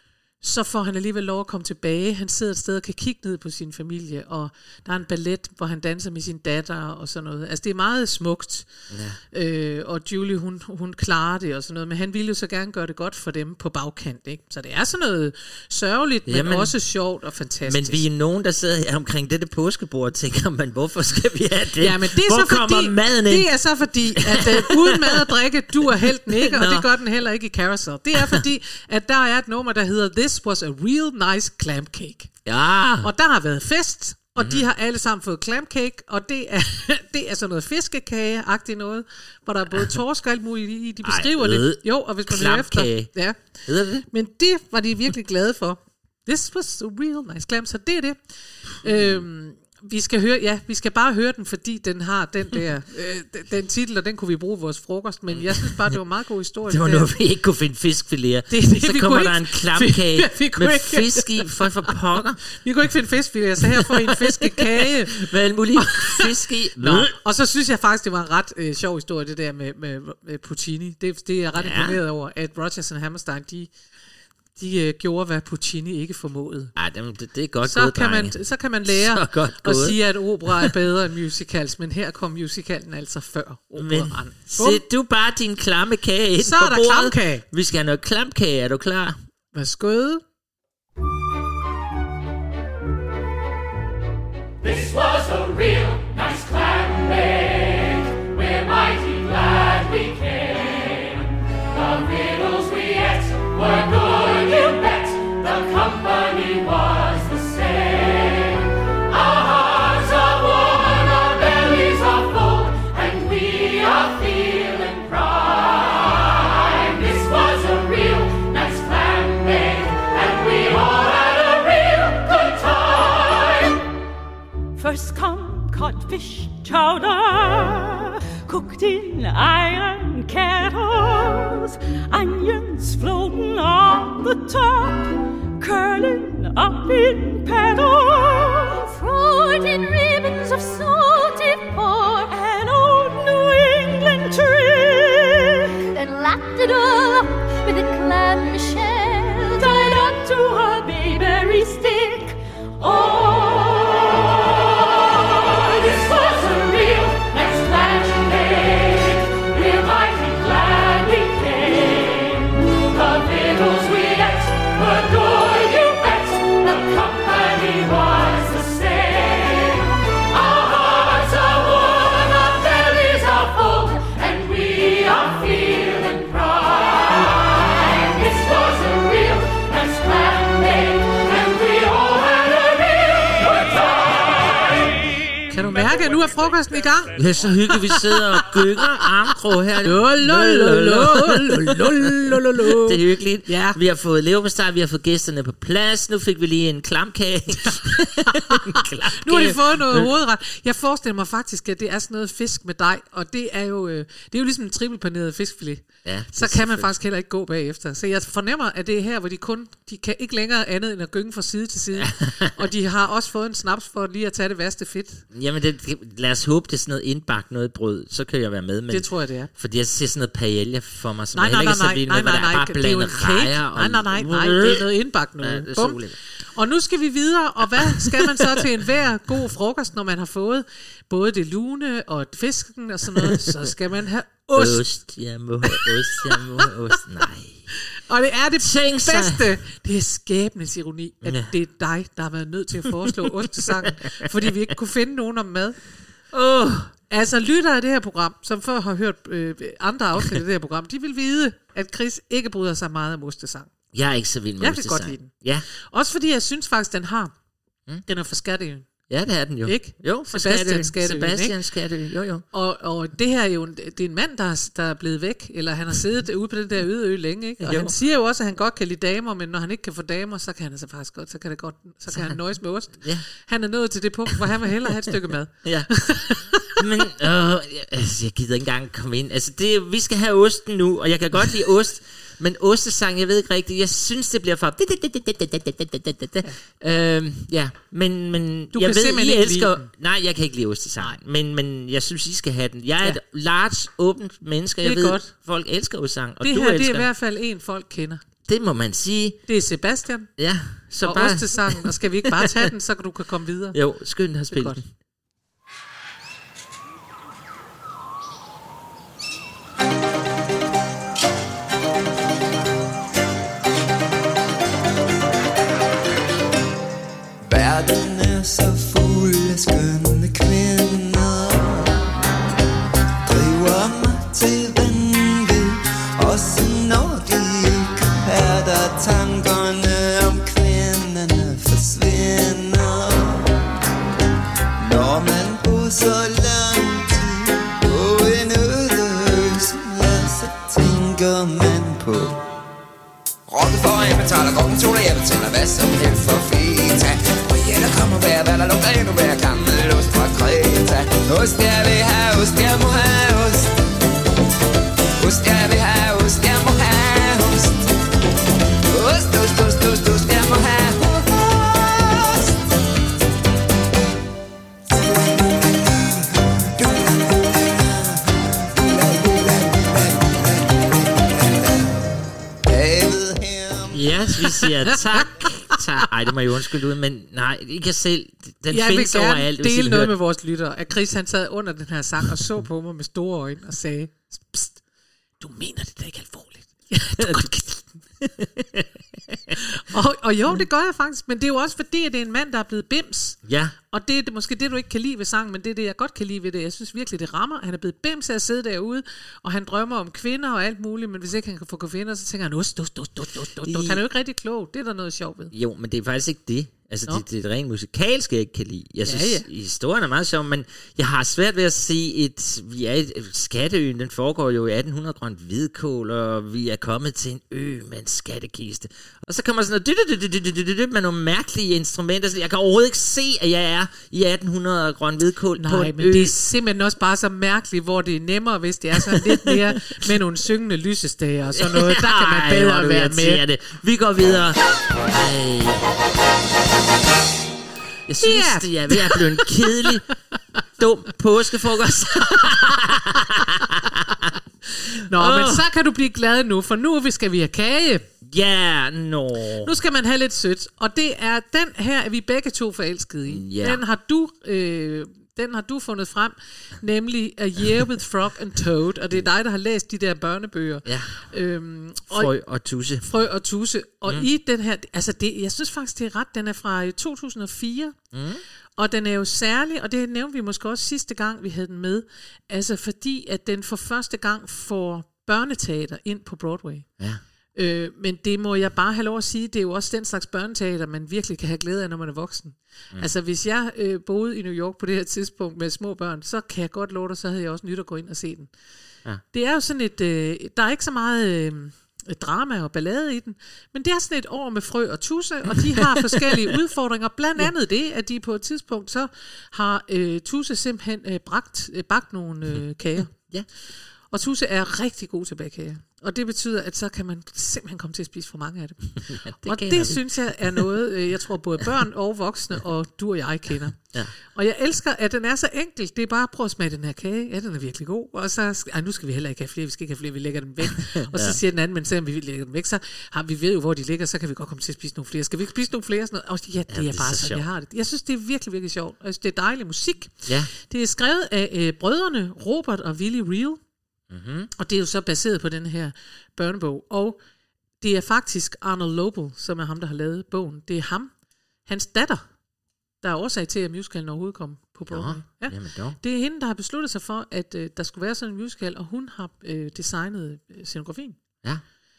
så får han alligevel lov at komme tilbage. Han sidder et sted og kan kigge ned på sin familie, og der er en ballet, hvor han danser med sin datter og sådan noget. Altså det er meget smukt, og Julie hun klarer det og sådan noget, men han ville jo så gerne gøre det godt for dem på bagkant, ikke? Så det er sådan noget sørgeligt, men også sjovt og fantastisk. Men vi er nogen, der sidder her omkring dette påskebord og tænker, men hvorfor skal vi have det? Ja, men det er hvor kommer maden ind? Det er så fordi, at uden mad og drikke, du er helten ikke, og det gør den heller ikke i Carousel. Det er fordi, at der er et nummer, der hedder This Was a Real Nice Clam Cake. Ja. Og der har været fest, og de har alle sammen fået clam cake, og det er sådan noget fiskekage-agtigt noget, hvor der er både torsk og alt muligt i. De beskriver det. Jo, og hvis man hører efter. Ja. Det? Men det var de virkelig glade for. This was a real nice clam, så det er det. Vi skal bare høre den, fordi den har den der den titel, og den kunne vi bruge i vores frokost, men jeg synes bare, det var en meget god historie. Det var noget, vi ikke kunne finde fiskfiléer. Så kommer der en klamkage med fisk i for pokker. Vi kunne ikke finde fiskfiléer, så her får I en fiskekage. Med alle mulige fisk i. Og så synes jeg faktisk, det var en ret sjov historie, det der med Puccini. Det er jeg ret imponeret over, at Rodgers og Hammerstein, de gjorde, hvad Puccini ikke formåede. Ej, det er godt gået, så kan man lære at sige, at opera er bedre end musicals, men her kom musicalen altså før operaen. Sæt du bare din klamme kage ind så på bordet. Så er der klamkage. Vi skal have noget klamkage, er du klar? Værsgo. This was a real nice clam bake. We're mighty glad we came. The riddles we ate were good, you bet. The company was the same. Our hearts are warm, our bellies are full, and we are feeling pride. This was a real nice clam bake, and we all had a real good time. First come codfish chowder, cooked in iron kettles, onions floating on the top, curling up in petals, fried in ribbons of salted pork, an old New England trick, then lapped it all up with a clam shell, tied onto a bayberry stick. Kan du mærke, at nu er frokosten i gang? Det er så hyggeligt, vi sidder og gynger armkrog her. Det er hyggeligt. Ja. Vi har fået leverpostej, vi har fået gæsterne på plads. Nu fik vi lige en klamkage. Nu har de fået noget hovedret. Jeg forestiller mig faktisk, at det er sådan noget fisk med dej, og det er jo ligesom en trippelpaneret fiskfilet. Ja, så kan man faktisk heller ikke gå bagefter. Så jeg fornemmer, at det er her, hvor de kan ikke længere andet end at gynge fra side til side. Og de har også fået en snaps for lige at tage det værste fedt. Jamen, lad os håbe, det er sådan noget indbagt noget brød, så kan jeg være med. Men, det tror jeg, det er. Fordi jeg ser sådan noget paella for mig, som nej, heller ikke så vildt med, hvor der er bare blandet rejer. Nej, det er noget indbagt noget. Ja, og nu skal vi videre, og hvad skal man så til enhver god frokost, når man har fået både det lune og fisken og sådan noget, så skal man have ost. Jeg må have ost. Nej. Og det er det bedste. Det er skæbnens ironi, at det er dig, der har været nødt til at foreslå ostesangen, fordi vi ikke kunne finde nogen om mad. Altså lyttere af det her program, som før har hørt andre afsnit af det her program, de vil vide, at Chris ikke bryder sig meget om ostesang. Jeg er ikke så vild med ostesang. Jeg kan godt lide den. Ja. Også fordi jeg synes faktisk, den er for Skatteøen. Ja, det er den jo. Ikke? Jo, Sebastian Skatteøen. Jo. Og det her er jo det er en mand, der er blevet væk, eller han har siddet ude på den der øde ø længe, ikke? Og han siger jo også, at han godt kan lide damer, men når han ikke kan få damer, så kan han altså faktisk godt, så kan han nøjes med ost. Ja. Han er nået til det punkt, hvor han vil hellere have et stykke mad. Ja. Men jeg gider ikke engang komme ind. Altså vi skal have osten nu, og jeg kan godt lide ost. Men ostesang, jeg ved ikke rigtigt. Jeg synes, det bliver for... Ja, men du jeg kan ved, simpelthen I ikke elsker... Nej, jeg kan ikke lide ostesang. Men jeg synes, I skal have den. Jeg er et large, åbent menneske. Jeg ved, godt. Folk elsker ostesang, og det du her, elsker. Det er i hvert fald en, folk kender. Det må man sige. Det er Sebastian. Ja, så og bare... Ostesangen, og skal vi ikke bare tage den, så kan du komme videre? Jo, skynd dig at spille den. Verden er så fuld af skønne kvinder, driver mig til vanvid, også når de ikke er der. Tankerne om kvinderne forsvinder, når man bor så lang tid på en øde ø, så tænker man på rocken for en betaler, rocken to, jeg betaler hvad som helst for feta. Der kommer hver, hvad der lugter endnu hver gammel ost fra Kreta. Ost, jeg vil have ost, jeg må have ost. Ost, jeg vil have ost, jeg må have ost. Ost, ost, ost, ost, ost, jeg må have ost. Yes, vi siger tak. Ej, det må jeg undskylde ud, men nej, ikke jeg selv. Den jeg findes overalt. Jeg vil gerne dele noget med vores lyttere. At Chris, han sad under den her sang og så på mig med store øjne og sagde, pst, du mener det da ikke alvorligt. Du godt kan lide den. og jo, det gør jeg faktisk, men det er jo også fordi, at det er en mand, der er blevet bims. Ja. Og det er måske det, du ikke kan lide ved sangen, men det er det, jeg godt kan lide ved det. Jeg synes virkelig, det rammer. Han er blevet bims af at sidde derude, og han drømmer om kvinder og alt muligt, men hvis ikke han kan få kvinder, så tænker han, ost. Han er jo ikke rigtig klog. Det er der noget sjovt ved. Jo, men det er faktisk ikke det. Altså, det er rent musikalsk, jeg ikke kan lide. Jeg synes, historien er meget sjov, men jeg har svært ved at se vi er et skatteøen, den foregår jo i 1800 grønt hvidkål, og vi er kommet til en ø med en skattekiste. Og så kommer sådan noget med nogle mærkelige instrumenter. Jeg kan overhovedet ikke se, at jeg er i 1800 grønt hvidkål på en men ø. Det er simpelthen også bare så mærkeligt, hvor det er nemmere, hvis det er sådan lidt mere med nogle syngende lysestager og sådan noget. Der kan man bedre være med. Det. Vi går videre. Jeg synes, det er ved at blive en kedelig, dum påskefrokost. Men så kan du blive glad nu, for nu skal vi have kage. Ja, Nu skal man have lidt sødt, og det er den her, er vi begge to forelskede i. Yeah. Den har du fundet frem, nemlig A Year with Frog and Toad, og det er dig, der har læst de der børnebøger. Ja. Frø og Tusse. Og i den her, altså jeg synes faktisk, det er ret, den er fra 2004, og den er jo særlig, og det nævnte vi måske også sidste gang, vi havde den med, altså fordi, at den for første gang får børneteater ind på Broadway. Ja. Men det må jeg bare have lov at sige, det er jo også den slags børneteater, man virkelig kan have glæde af, når man er voksen. Altså hvis jeg boede i New York på det her tidspunkt med små børn, så kan jeg godt love dig, så havde jeg også nyt at gå ind og se den. Ja. Det er jo sådan der er ikke så meget drama og ballade i den, men det er sådan et år med Frø og Tusse, og de har forskellige udfordringer, blandt andet det, at de på et tidspunkt så har Tusse simpelthen bagt nogle kager. Ja. Og Tusse er rigtig god til bagkager. Og det betyder, at så kan man simpelthen komme til at spise for mange af dem. det synes jeg er noget, jeg tror både børn og voksne, og du og jeg kender. Ja. Og jeg elsker, at den er så enkel. Det er bare at prøve at smage den her kage. Ja, den er virkelig god. Og så, nu skal vi heller ikke have flere, vi skal ikke have flere, vi lægger dem væk. Og så siger den anden, men selvom vi lægger dem væk, så har vi ved jo, hvor de ligger, så kan vi godt komme til at spise nogle flere. Skal vi ikke spise nogle flere? Sådan noget? Ja, det er bare sådan, jeg har det. Jeg synes, det er virkelig, virkelig sjovt. Altså, det er dejlig musik. Ja. Det er skrevet af brødrene Robert og Willie Reel. Mm-hmm. Og det er jo så baseret på den her børnebog. Og det er faktisk Arnold Lobel, som er ham, der har lavet bogen. Det er ham, hans datter, der er årsag til, at musicalen overhovedet kom på Broadway. Ja. Det er hende, der har besluttet sig for, at der skulle være sådan en musical, og hun har designet scenografien. Ja.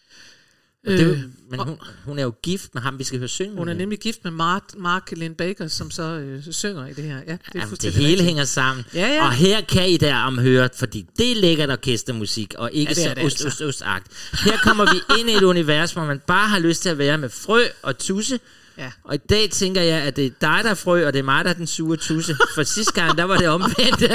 Men hun er jo gift med ham, vi skal høre synge. Hun er nemlig gift med Mark Linn-Baker, som så synger i det her. Ja, det hele rigtigt. Hænger sammen. Ja. Og her kan I der høre, fordi det er lækkert orkestermusik, og ikke så ost-agt. Her kommer vi ind i et univers, hvor man bare har lyst til at være med Frø og Tusse. Ja. Og i dag tænker jeg, at det er dig, der er Frø, og det er mig, der er den sure Tusse. For sidste gang, der var det omvendt.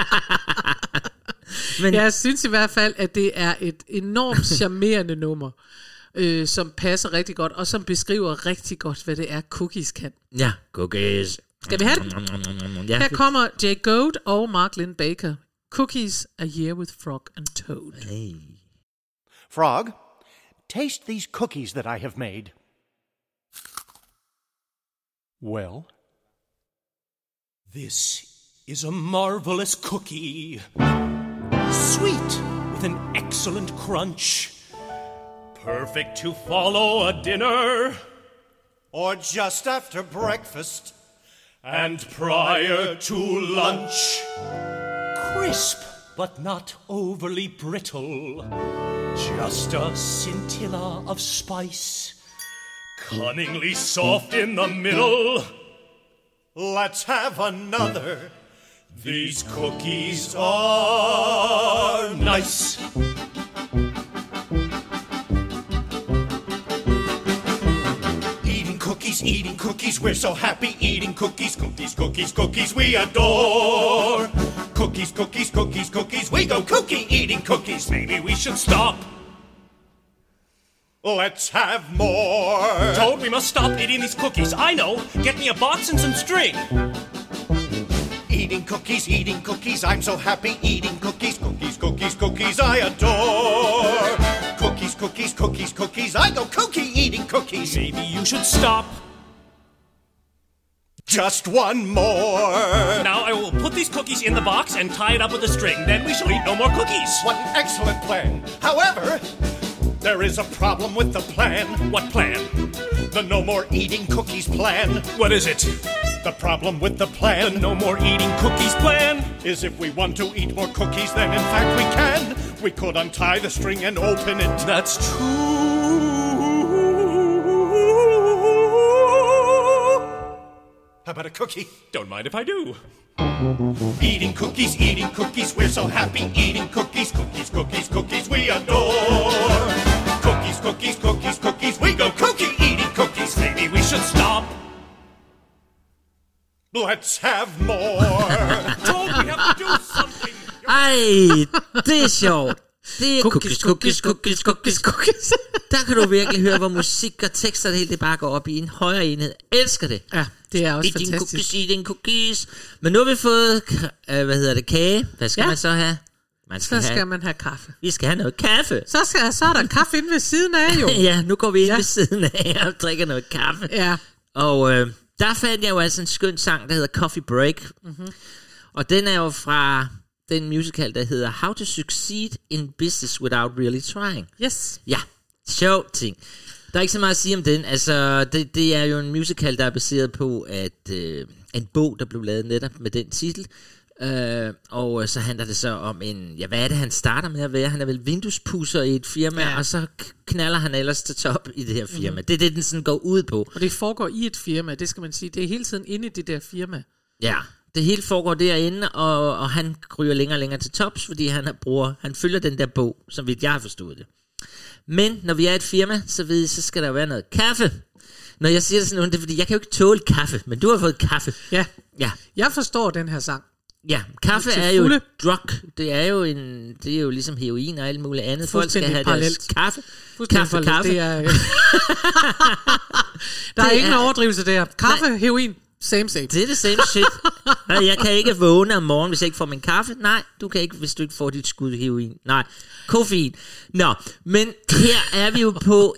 Men jeg synes i hvert fald, at det er et enormt charmerende nummer. Som passer rigtig godt, og som beskriver rigtig godt, hvad det er, cookies kan. Ja, cookies. Skal vi have det? Her kommer Jay Goad og Mark Linn-Baker. Cookies, A Year with Frog and Toad. Hey. Frog, taste these cookies that I have made. Well? This is a marvelous cookie. Sweet with an excellent crunch. Perfect to follow a dinner. Or just after breakfast. And prior to lunch. Crisp, but not overly brittle. Just a scintilla of spice. Cunningly soft in the middle. Let's have another. These cookies are nice. Eating cookies, we're so happy eating cookies, cookies, cookies, cookies, we adore. Cookies, cookies, cookies, cookies, we go cookie eating cookies. Maybe we should stop. Let's have more. Toad, we must stop eating these cookies. I know. Get me a box and some string. Eating cookies, I'm so happy eating cookies, cookies, cookies, cookies, I adore. Cookies, cookies, cookies, cookies, I go cookie eating cookies. Maybe you should stop. Just one more. Now I will put these cookies in the box and tie it up with a string. Then we shall eat no more cookies. What an excellent plan. However, there is a problem with the plan. What plan? The no more eating cookies plan. What is it? The problem with the plan. The no more eating cookies plan is if we want to eat more cookies, then in fact we can. We could untie the string and open it. That's true. How about a cookie? Don't mind if I do. Eating cookies, we're so happy eating cookies, cookies, cookies, cookies, we adore. Cookies, cookies, cookies, cookies, we go cookie eating cookies. Maybe we should stop. Let's have more. Toad, we have to do something. Ej, det er sjovt. Det er cookies. Der kan du virkelig høre, hvor musik og tekster det hele det bare går op i en højere enhed. Elsker det. Ja, det er også eating fantastisk. Eating cookies. Men nu har vi fået, kage. Hvad skal man så have? Skal man have kaffe. Vi skal have noget kaffe. Så er der kaffe inde ved siden af jo. Ja, nu går vi ind ved siden af og drikker noget kaffe. Ja. Og der fandt jeg jo altså en skøn sang, der hedder Coffee Break. Mm-hmm. Og den er jo fra den musical, der hedder How to Succeed in Business Without Really Trying. Yes. Ja, sjov ting. Der er ikke så meget at sige om den. Altså, det er jo en musical, der er baseret på at en bog, der blev lavet netop med den titel. Og så handler det så om hvad er det han starter med at være? Han er vel vinduespudser i et firma, og så knaller han ellers til top i det her firma. Det er det, den sådan går ud på. Og det foregår i et firma, det skal man sige. Det er hele tiden inde i det der firma. Ja, det hele foregår derinde, og han ryger længere og længere til tops, fordi han følger den der bog, som vidt jeg har forstået det. Men når vi er et firma, så skal der jo være noget kaffe. Når jeg siger sådan noget, det er fordi, jeg kan jo ikke tåle kaffe, men du har fået kaffe. Ja. Jeg forstår den her sang. Ja, kaffe er jo et drug. Det er jo ligesom heroin og alt muligt andet. Folk skal have deres kaffe. Kaffe. Det er, der er ingen overdrivelse der. Kaffe, heroin, same. Det er det same shit. Jeg kan ikke vågne om morgenen, hvis jeg ikke får min kaffe. Nej, du kan ikke, hvis du ikke får dit skud heroin. Nej, koffein. Nå, men her er vi jo på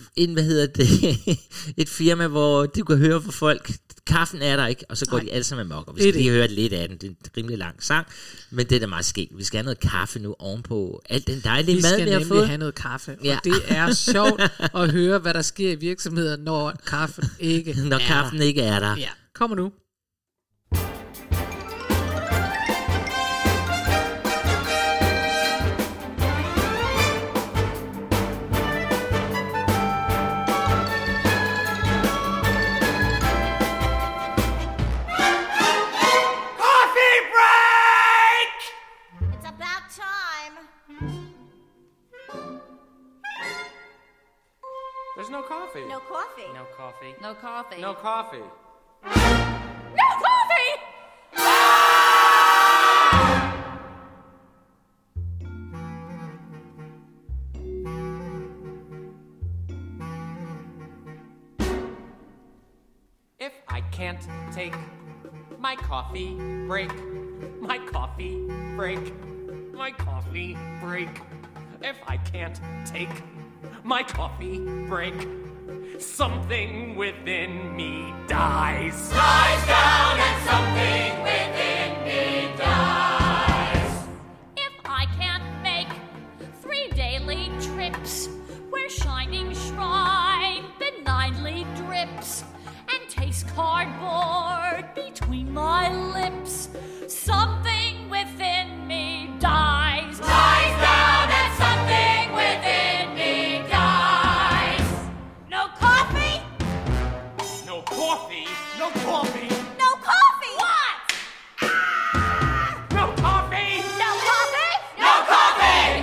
et firma, hvor du kan høre for folk, kaffen er der ikke, og så går de alle sammen amok. Og vi skal lige høre lidt af den. Det er en rimelig lang sang, men det er da meget skægt. Vi skal have noget kaffe nu ovenpå alt den dejlige mad, vi har fået. Vi skal nemlig have noget kaffe, og det er sjovt at høre, hvad der sker i virksomheder, når kaffen ikke kaffen ikke er der. Ja, kommer nu. There's no coffee. No coffee. No coffee. No coffee. No coffee. No coffee! If I can't take my coffee break, my coffee break, my coffee break. If I can't take my coffee break. Something within me dies. Dies down and something within me dies. If I can't make 3 daily trips where shining shrine benignly drips and takes cardboard between my lips, something within me dies. Dies down and something within me dies. No coffee? No coffee? No coffee. No coffee! What? No coffee? No coffee? No coffee!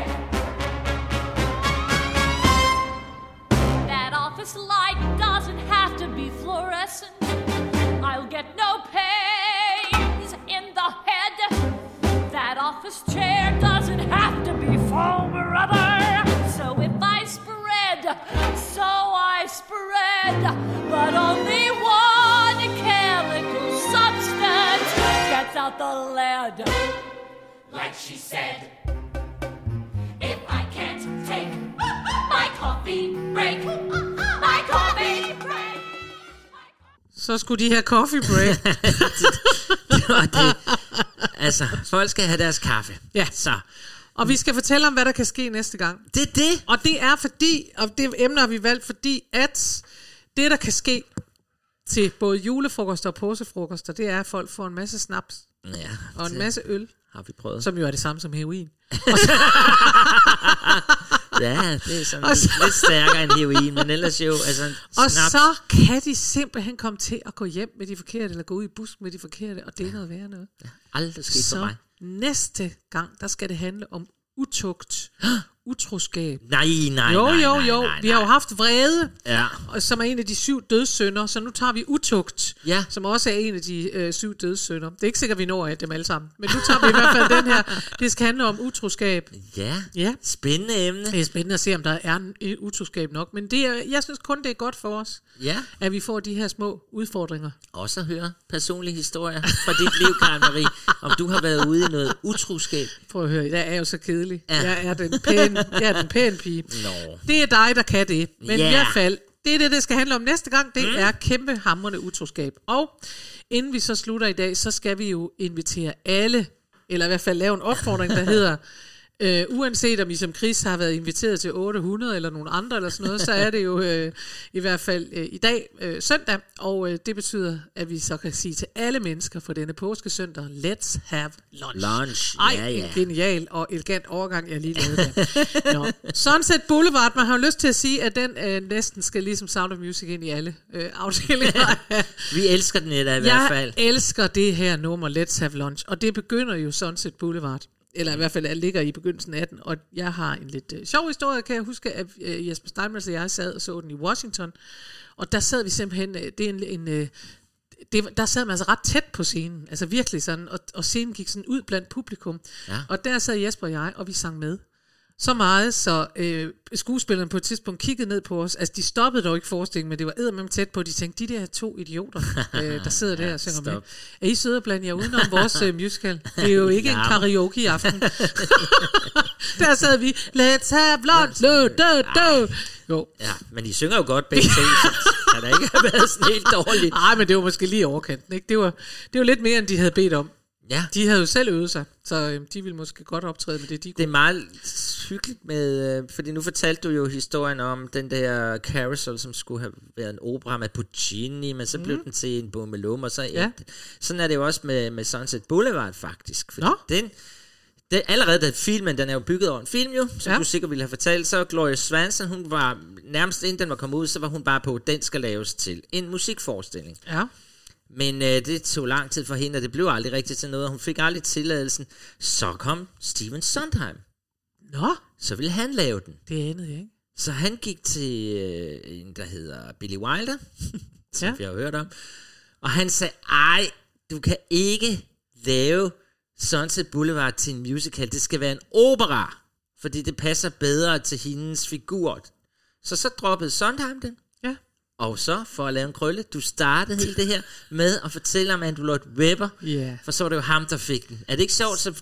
That office light doesn't have to be fluorescent. I'll get no pains in the head. That office chair doesn't have to be foam rubber. So if I spread, so I spread. But only one chemical substance gets out the lead. Like she said, if I can't take my coffee break, my coffee break. Så skulle de have coffee break. det, altså, folk skal have deres kaffe. Ja. Så. Og vi skal fortælle om, hvad der kan ske næste gang. Det er det. Og det er fordi, og det emne har vi valgt, fordi at det, der kan ske til både julefrokoster og påskefrokoster, det er, at folk får en masse snaps. Ja, og en masse øl. Har vi prøvet. Som jo er det samme som heroin. Ja, det er sådan lidt stærkere end heroin, men ellers jo, altså og snaps. så kan de simpelthen komme til at gå hjem med de forkerte, eller gå ud i busken med de forkerte, og det er noget værre noget. Ja, aldrig sket for mig. Næste gang, der skal det handle om utugt, utroskab. Nej. Jo. Vi har jo haft vrede, ja. Som er en af de 7 dødssynder, så nu tager vi utugt, ja. Som også er en af de 7 dødssynder. Det er ikke sikkert, vi når dem alle sammen, men nu tager vi i hvert fald den her. Det skal handle om utroskab. Ja. Spændende emne. Det er spændende at se, om der er en utroskab nok, men det er, jeg synes kun, det er godt for os, at vi får de her små udfordringer. Også at høre personlige historier fra dit liv, Karen Marie, om du har været ude i noget utroskab. Prøv at høre, jeg er jo så kedelig. Ja. Jeg er den pæne pige. No. Det er dig, der kan det. Men i hvert fald, det er det skal handle om næste gang. Det er kæmpe hamrende utroskab. Og inden vi så slutter i dag, så skal vi jo invitere alle, eller i hvert fald lave en opfordring, der hedder, uanset om I som Chris har været inviteret til 800 eller nogle andre eller sådan noget, så er det jo i hvert fald i dag søndag, og det betyder, at vi så kan sige til alle mennesker for denne påskesøndag, let's have lunch. En genial og elegant overgang, jeg lige lavede der. Sunset Boulevard, man har jo lyst til at sige, at den næsten skal ligesom Sound of Music ind i alle afdelinger. Vi elsker den i hvert fald. Jeg elsker det her nummer, Let's Have Lunch, og det begynder jo Sunset Boulevard. Eller i hvert fald ligger i begyndelsen af den. Og jeg har en lidt sjov historie, kan jeg huske, at Jesper Steinmetz og jeg sad og så den i Washington. Og der sad vi simpelthen, der sad man altså ret tæt på scenen. Altså virkelig sådan, og scenen gik sådan ud blandt publikum. Ja. Og der sad Jesper og jeg, og vi sang med. Så meget, så skuespillerne på et tidspunkt kiggede ned på os. Altså, de stoppede dog ikke forestillingen, men det var eddermame tæt på. De tænkte, de der 2 idioter, der sidder der og synger med. Er I søde og blande jer udenom vores musical? Det er jo ikke en karaoke i aften. Der sad vi, let's have lunch, Jo. Ja, men de synger jo godt begge to, så kan der ikke have været sådan helt dårligt. Nej, men det var måske lige overkanten, ikke? Det var lidt mere, end de havde bedt om. Ja. De havde jo selv øvet sig, så de ville måske godt optræde med det, de kunne. Det er meget hyggeligt med, fordi nu fortalte du jo historien om den der Carousel, som skulle have været en opera med Puccini, men så blev den til en Bummelum, og så sådan er det jo også med Sunset Boulevard faktisk, fordi den allerede da filmen, den er jo bygget over en film jo, som du sikkert ville have fortalt, så Gloria Swanson, hun var nærmest inden den var kommet ud, så var hun bare på, den skal laves til en musikforestilling. Ja. Men det tog lang tid for hende, og det blev aldrig rigtigt til noget, og hun fik aldrig tilladelsen. Så kom Stephen Sondheim. Nå. Så ville han lave den. Det anede jeg ikke. Så han gik til en, der hedder Billy Wilder, som vi har hørt om, og han sagde, ej, du kan ikke lave Sunset Boulevard til en musical, det skal være en opera, fordi det passer bedre til hendes figur. Så droppede Sondheim den. Ja. Og så, for at lave en krølle, du startede hele det her med at fortælle om Andrew Lloyd Webber, for så var det jo ham, der fik den. Er det ikke sjovt, så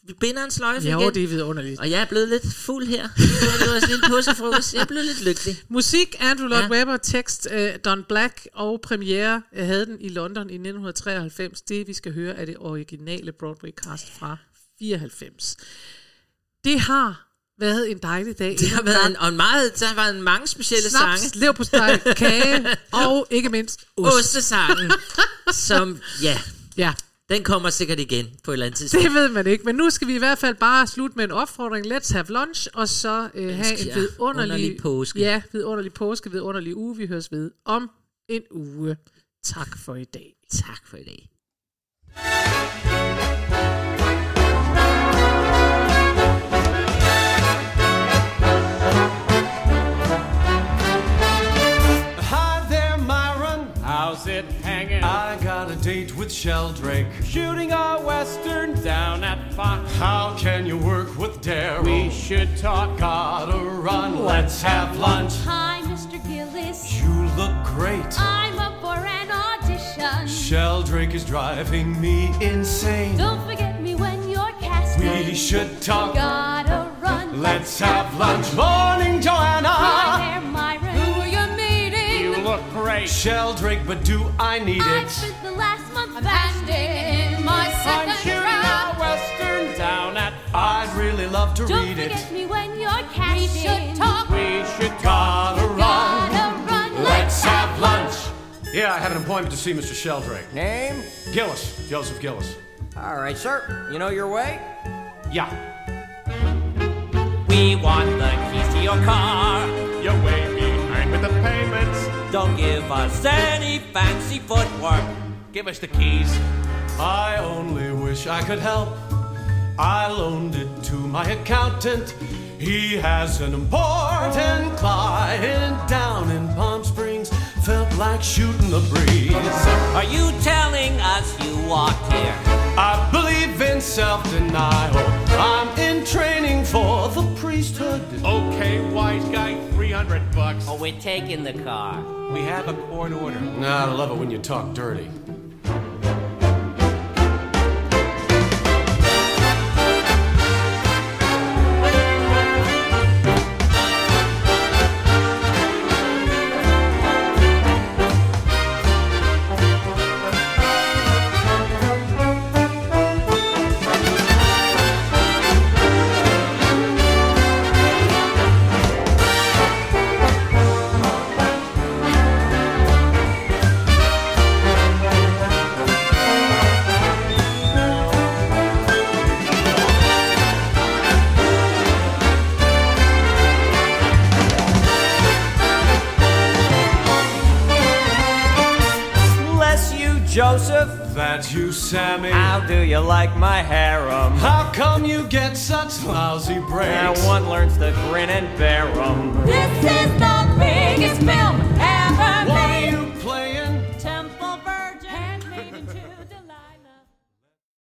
Vi binder en sløjfe igen. Jo, det er vidunderligt. Og jeg er blevet lidt fuld her. Det var en lille påskefrokost. Jeg er blevet lidt lykkelig. Musik, Andrew Lloyd Webber, tekst Don Black, og premiere havde den i London i 1993. Det, vi skal høre, er det originale Broadway-cast fra 94. Det har været en dejlig dag. Det har været mange specielle Snaps, sange. Leverpostej, kage og ikke mindst ostesangen, som, ja, den kommer sikkert igen på et eller andet tidspunkt. Det ved man ikke, men nu skal vi i hvert fald bare slutte med en opfordring. Let's have lunch, og så have en vidunderlig påske. Ja, vidunderlig påske, vidunderlig uge. Vi høres ved om en uge. Tak for i dag. Tak for i dag. How's it hanging? I got a date with Sheldrake. Shooting a western down at Fox. How can you work with Daryl? We should talk. Gotta run, let's have lunch. Hi, Mr. Gillis. You look great. I'm up for an audition. Sheldrake is driving me insane. Don't forget me when you're casting. We should talk. Gotta run, let's have lunch. Morning, Joanna. Hi there, Myron. Who are you meeting? You look great. Sheldrake, but do I need I've it? spent the last month fasting in my second I'm shooting a western down at I'd really love to Don't read it. forget me when you're casting. We should talk. We should talk. Gotta run. Gotta run. Let's have lunch. Yeah, I have an appointment to see Mr. Sheldrake. Name? Gillis. Joseph Gillis. All right, sir. You know your way? Yeah. We want the keys to your car. You're way behind with the payments. Don't give us any fancy footwork. Give us the keys. I only wish I could help. I loaned it to my accountant. He has an important client down in Palm Springs. Felt like shooting the breeze. Are you telling us you walked here? I believe in self-denial. I'm in training for the priesthood. Okay, wise guy, $300. Oh, we're taking the car. We have a court order. Nah, I love it when you talk dirty. Joseph. That's you, Sammy. How do you like my harem? How come you get such lousy breaks? Now one learns to grin and bear 'em. This is the biggest film ever made.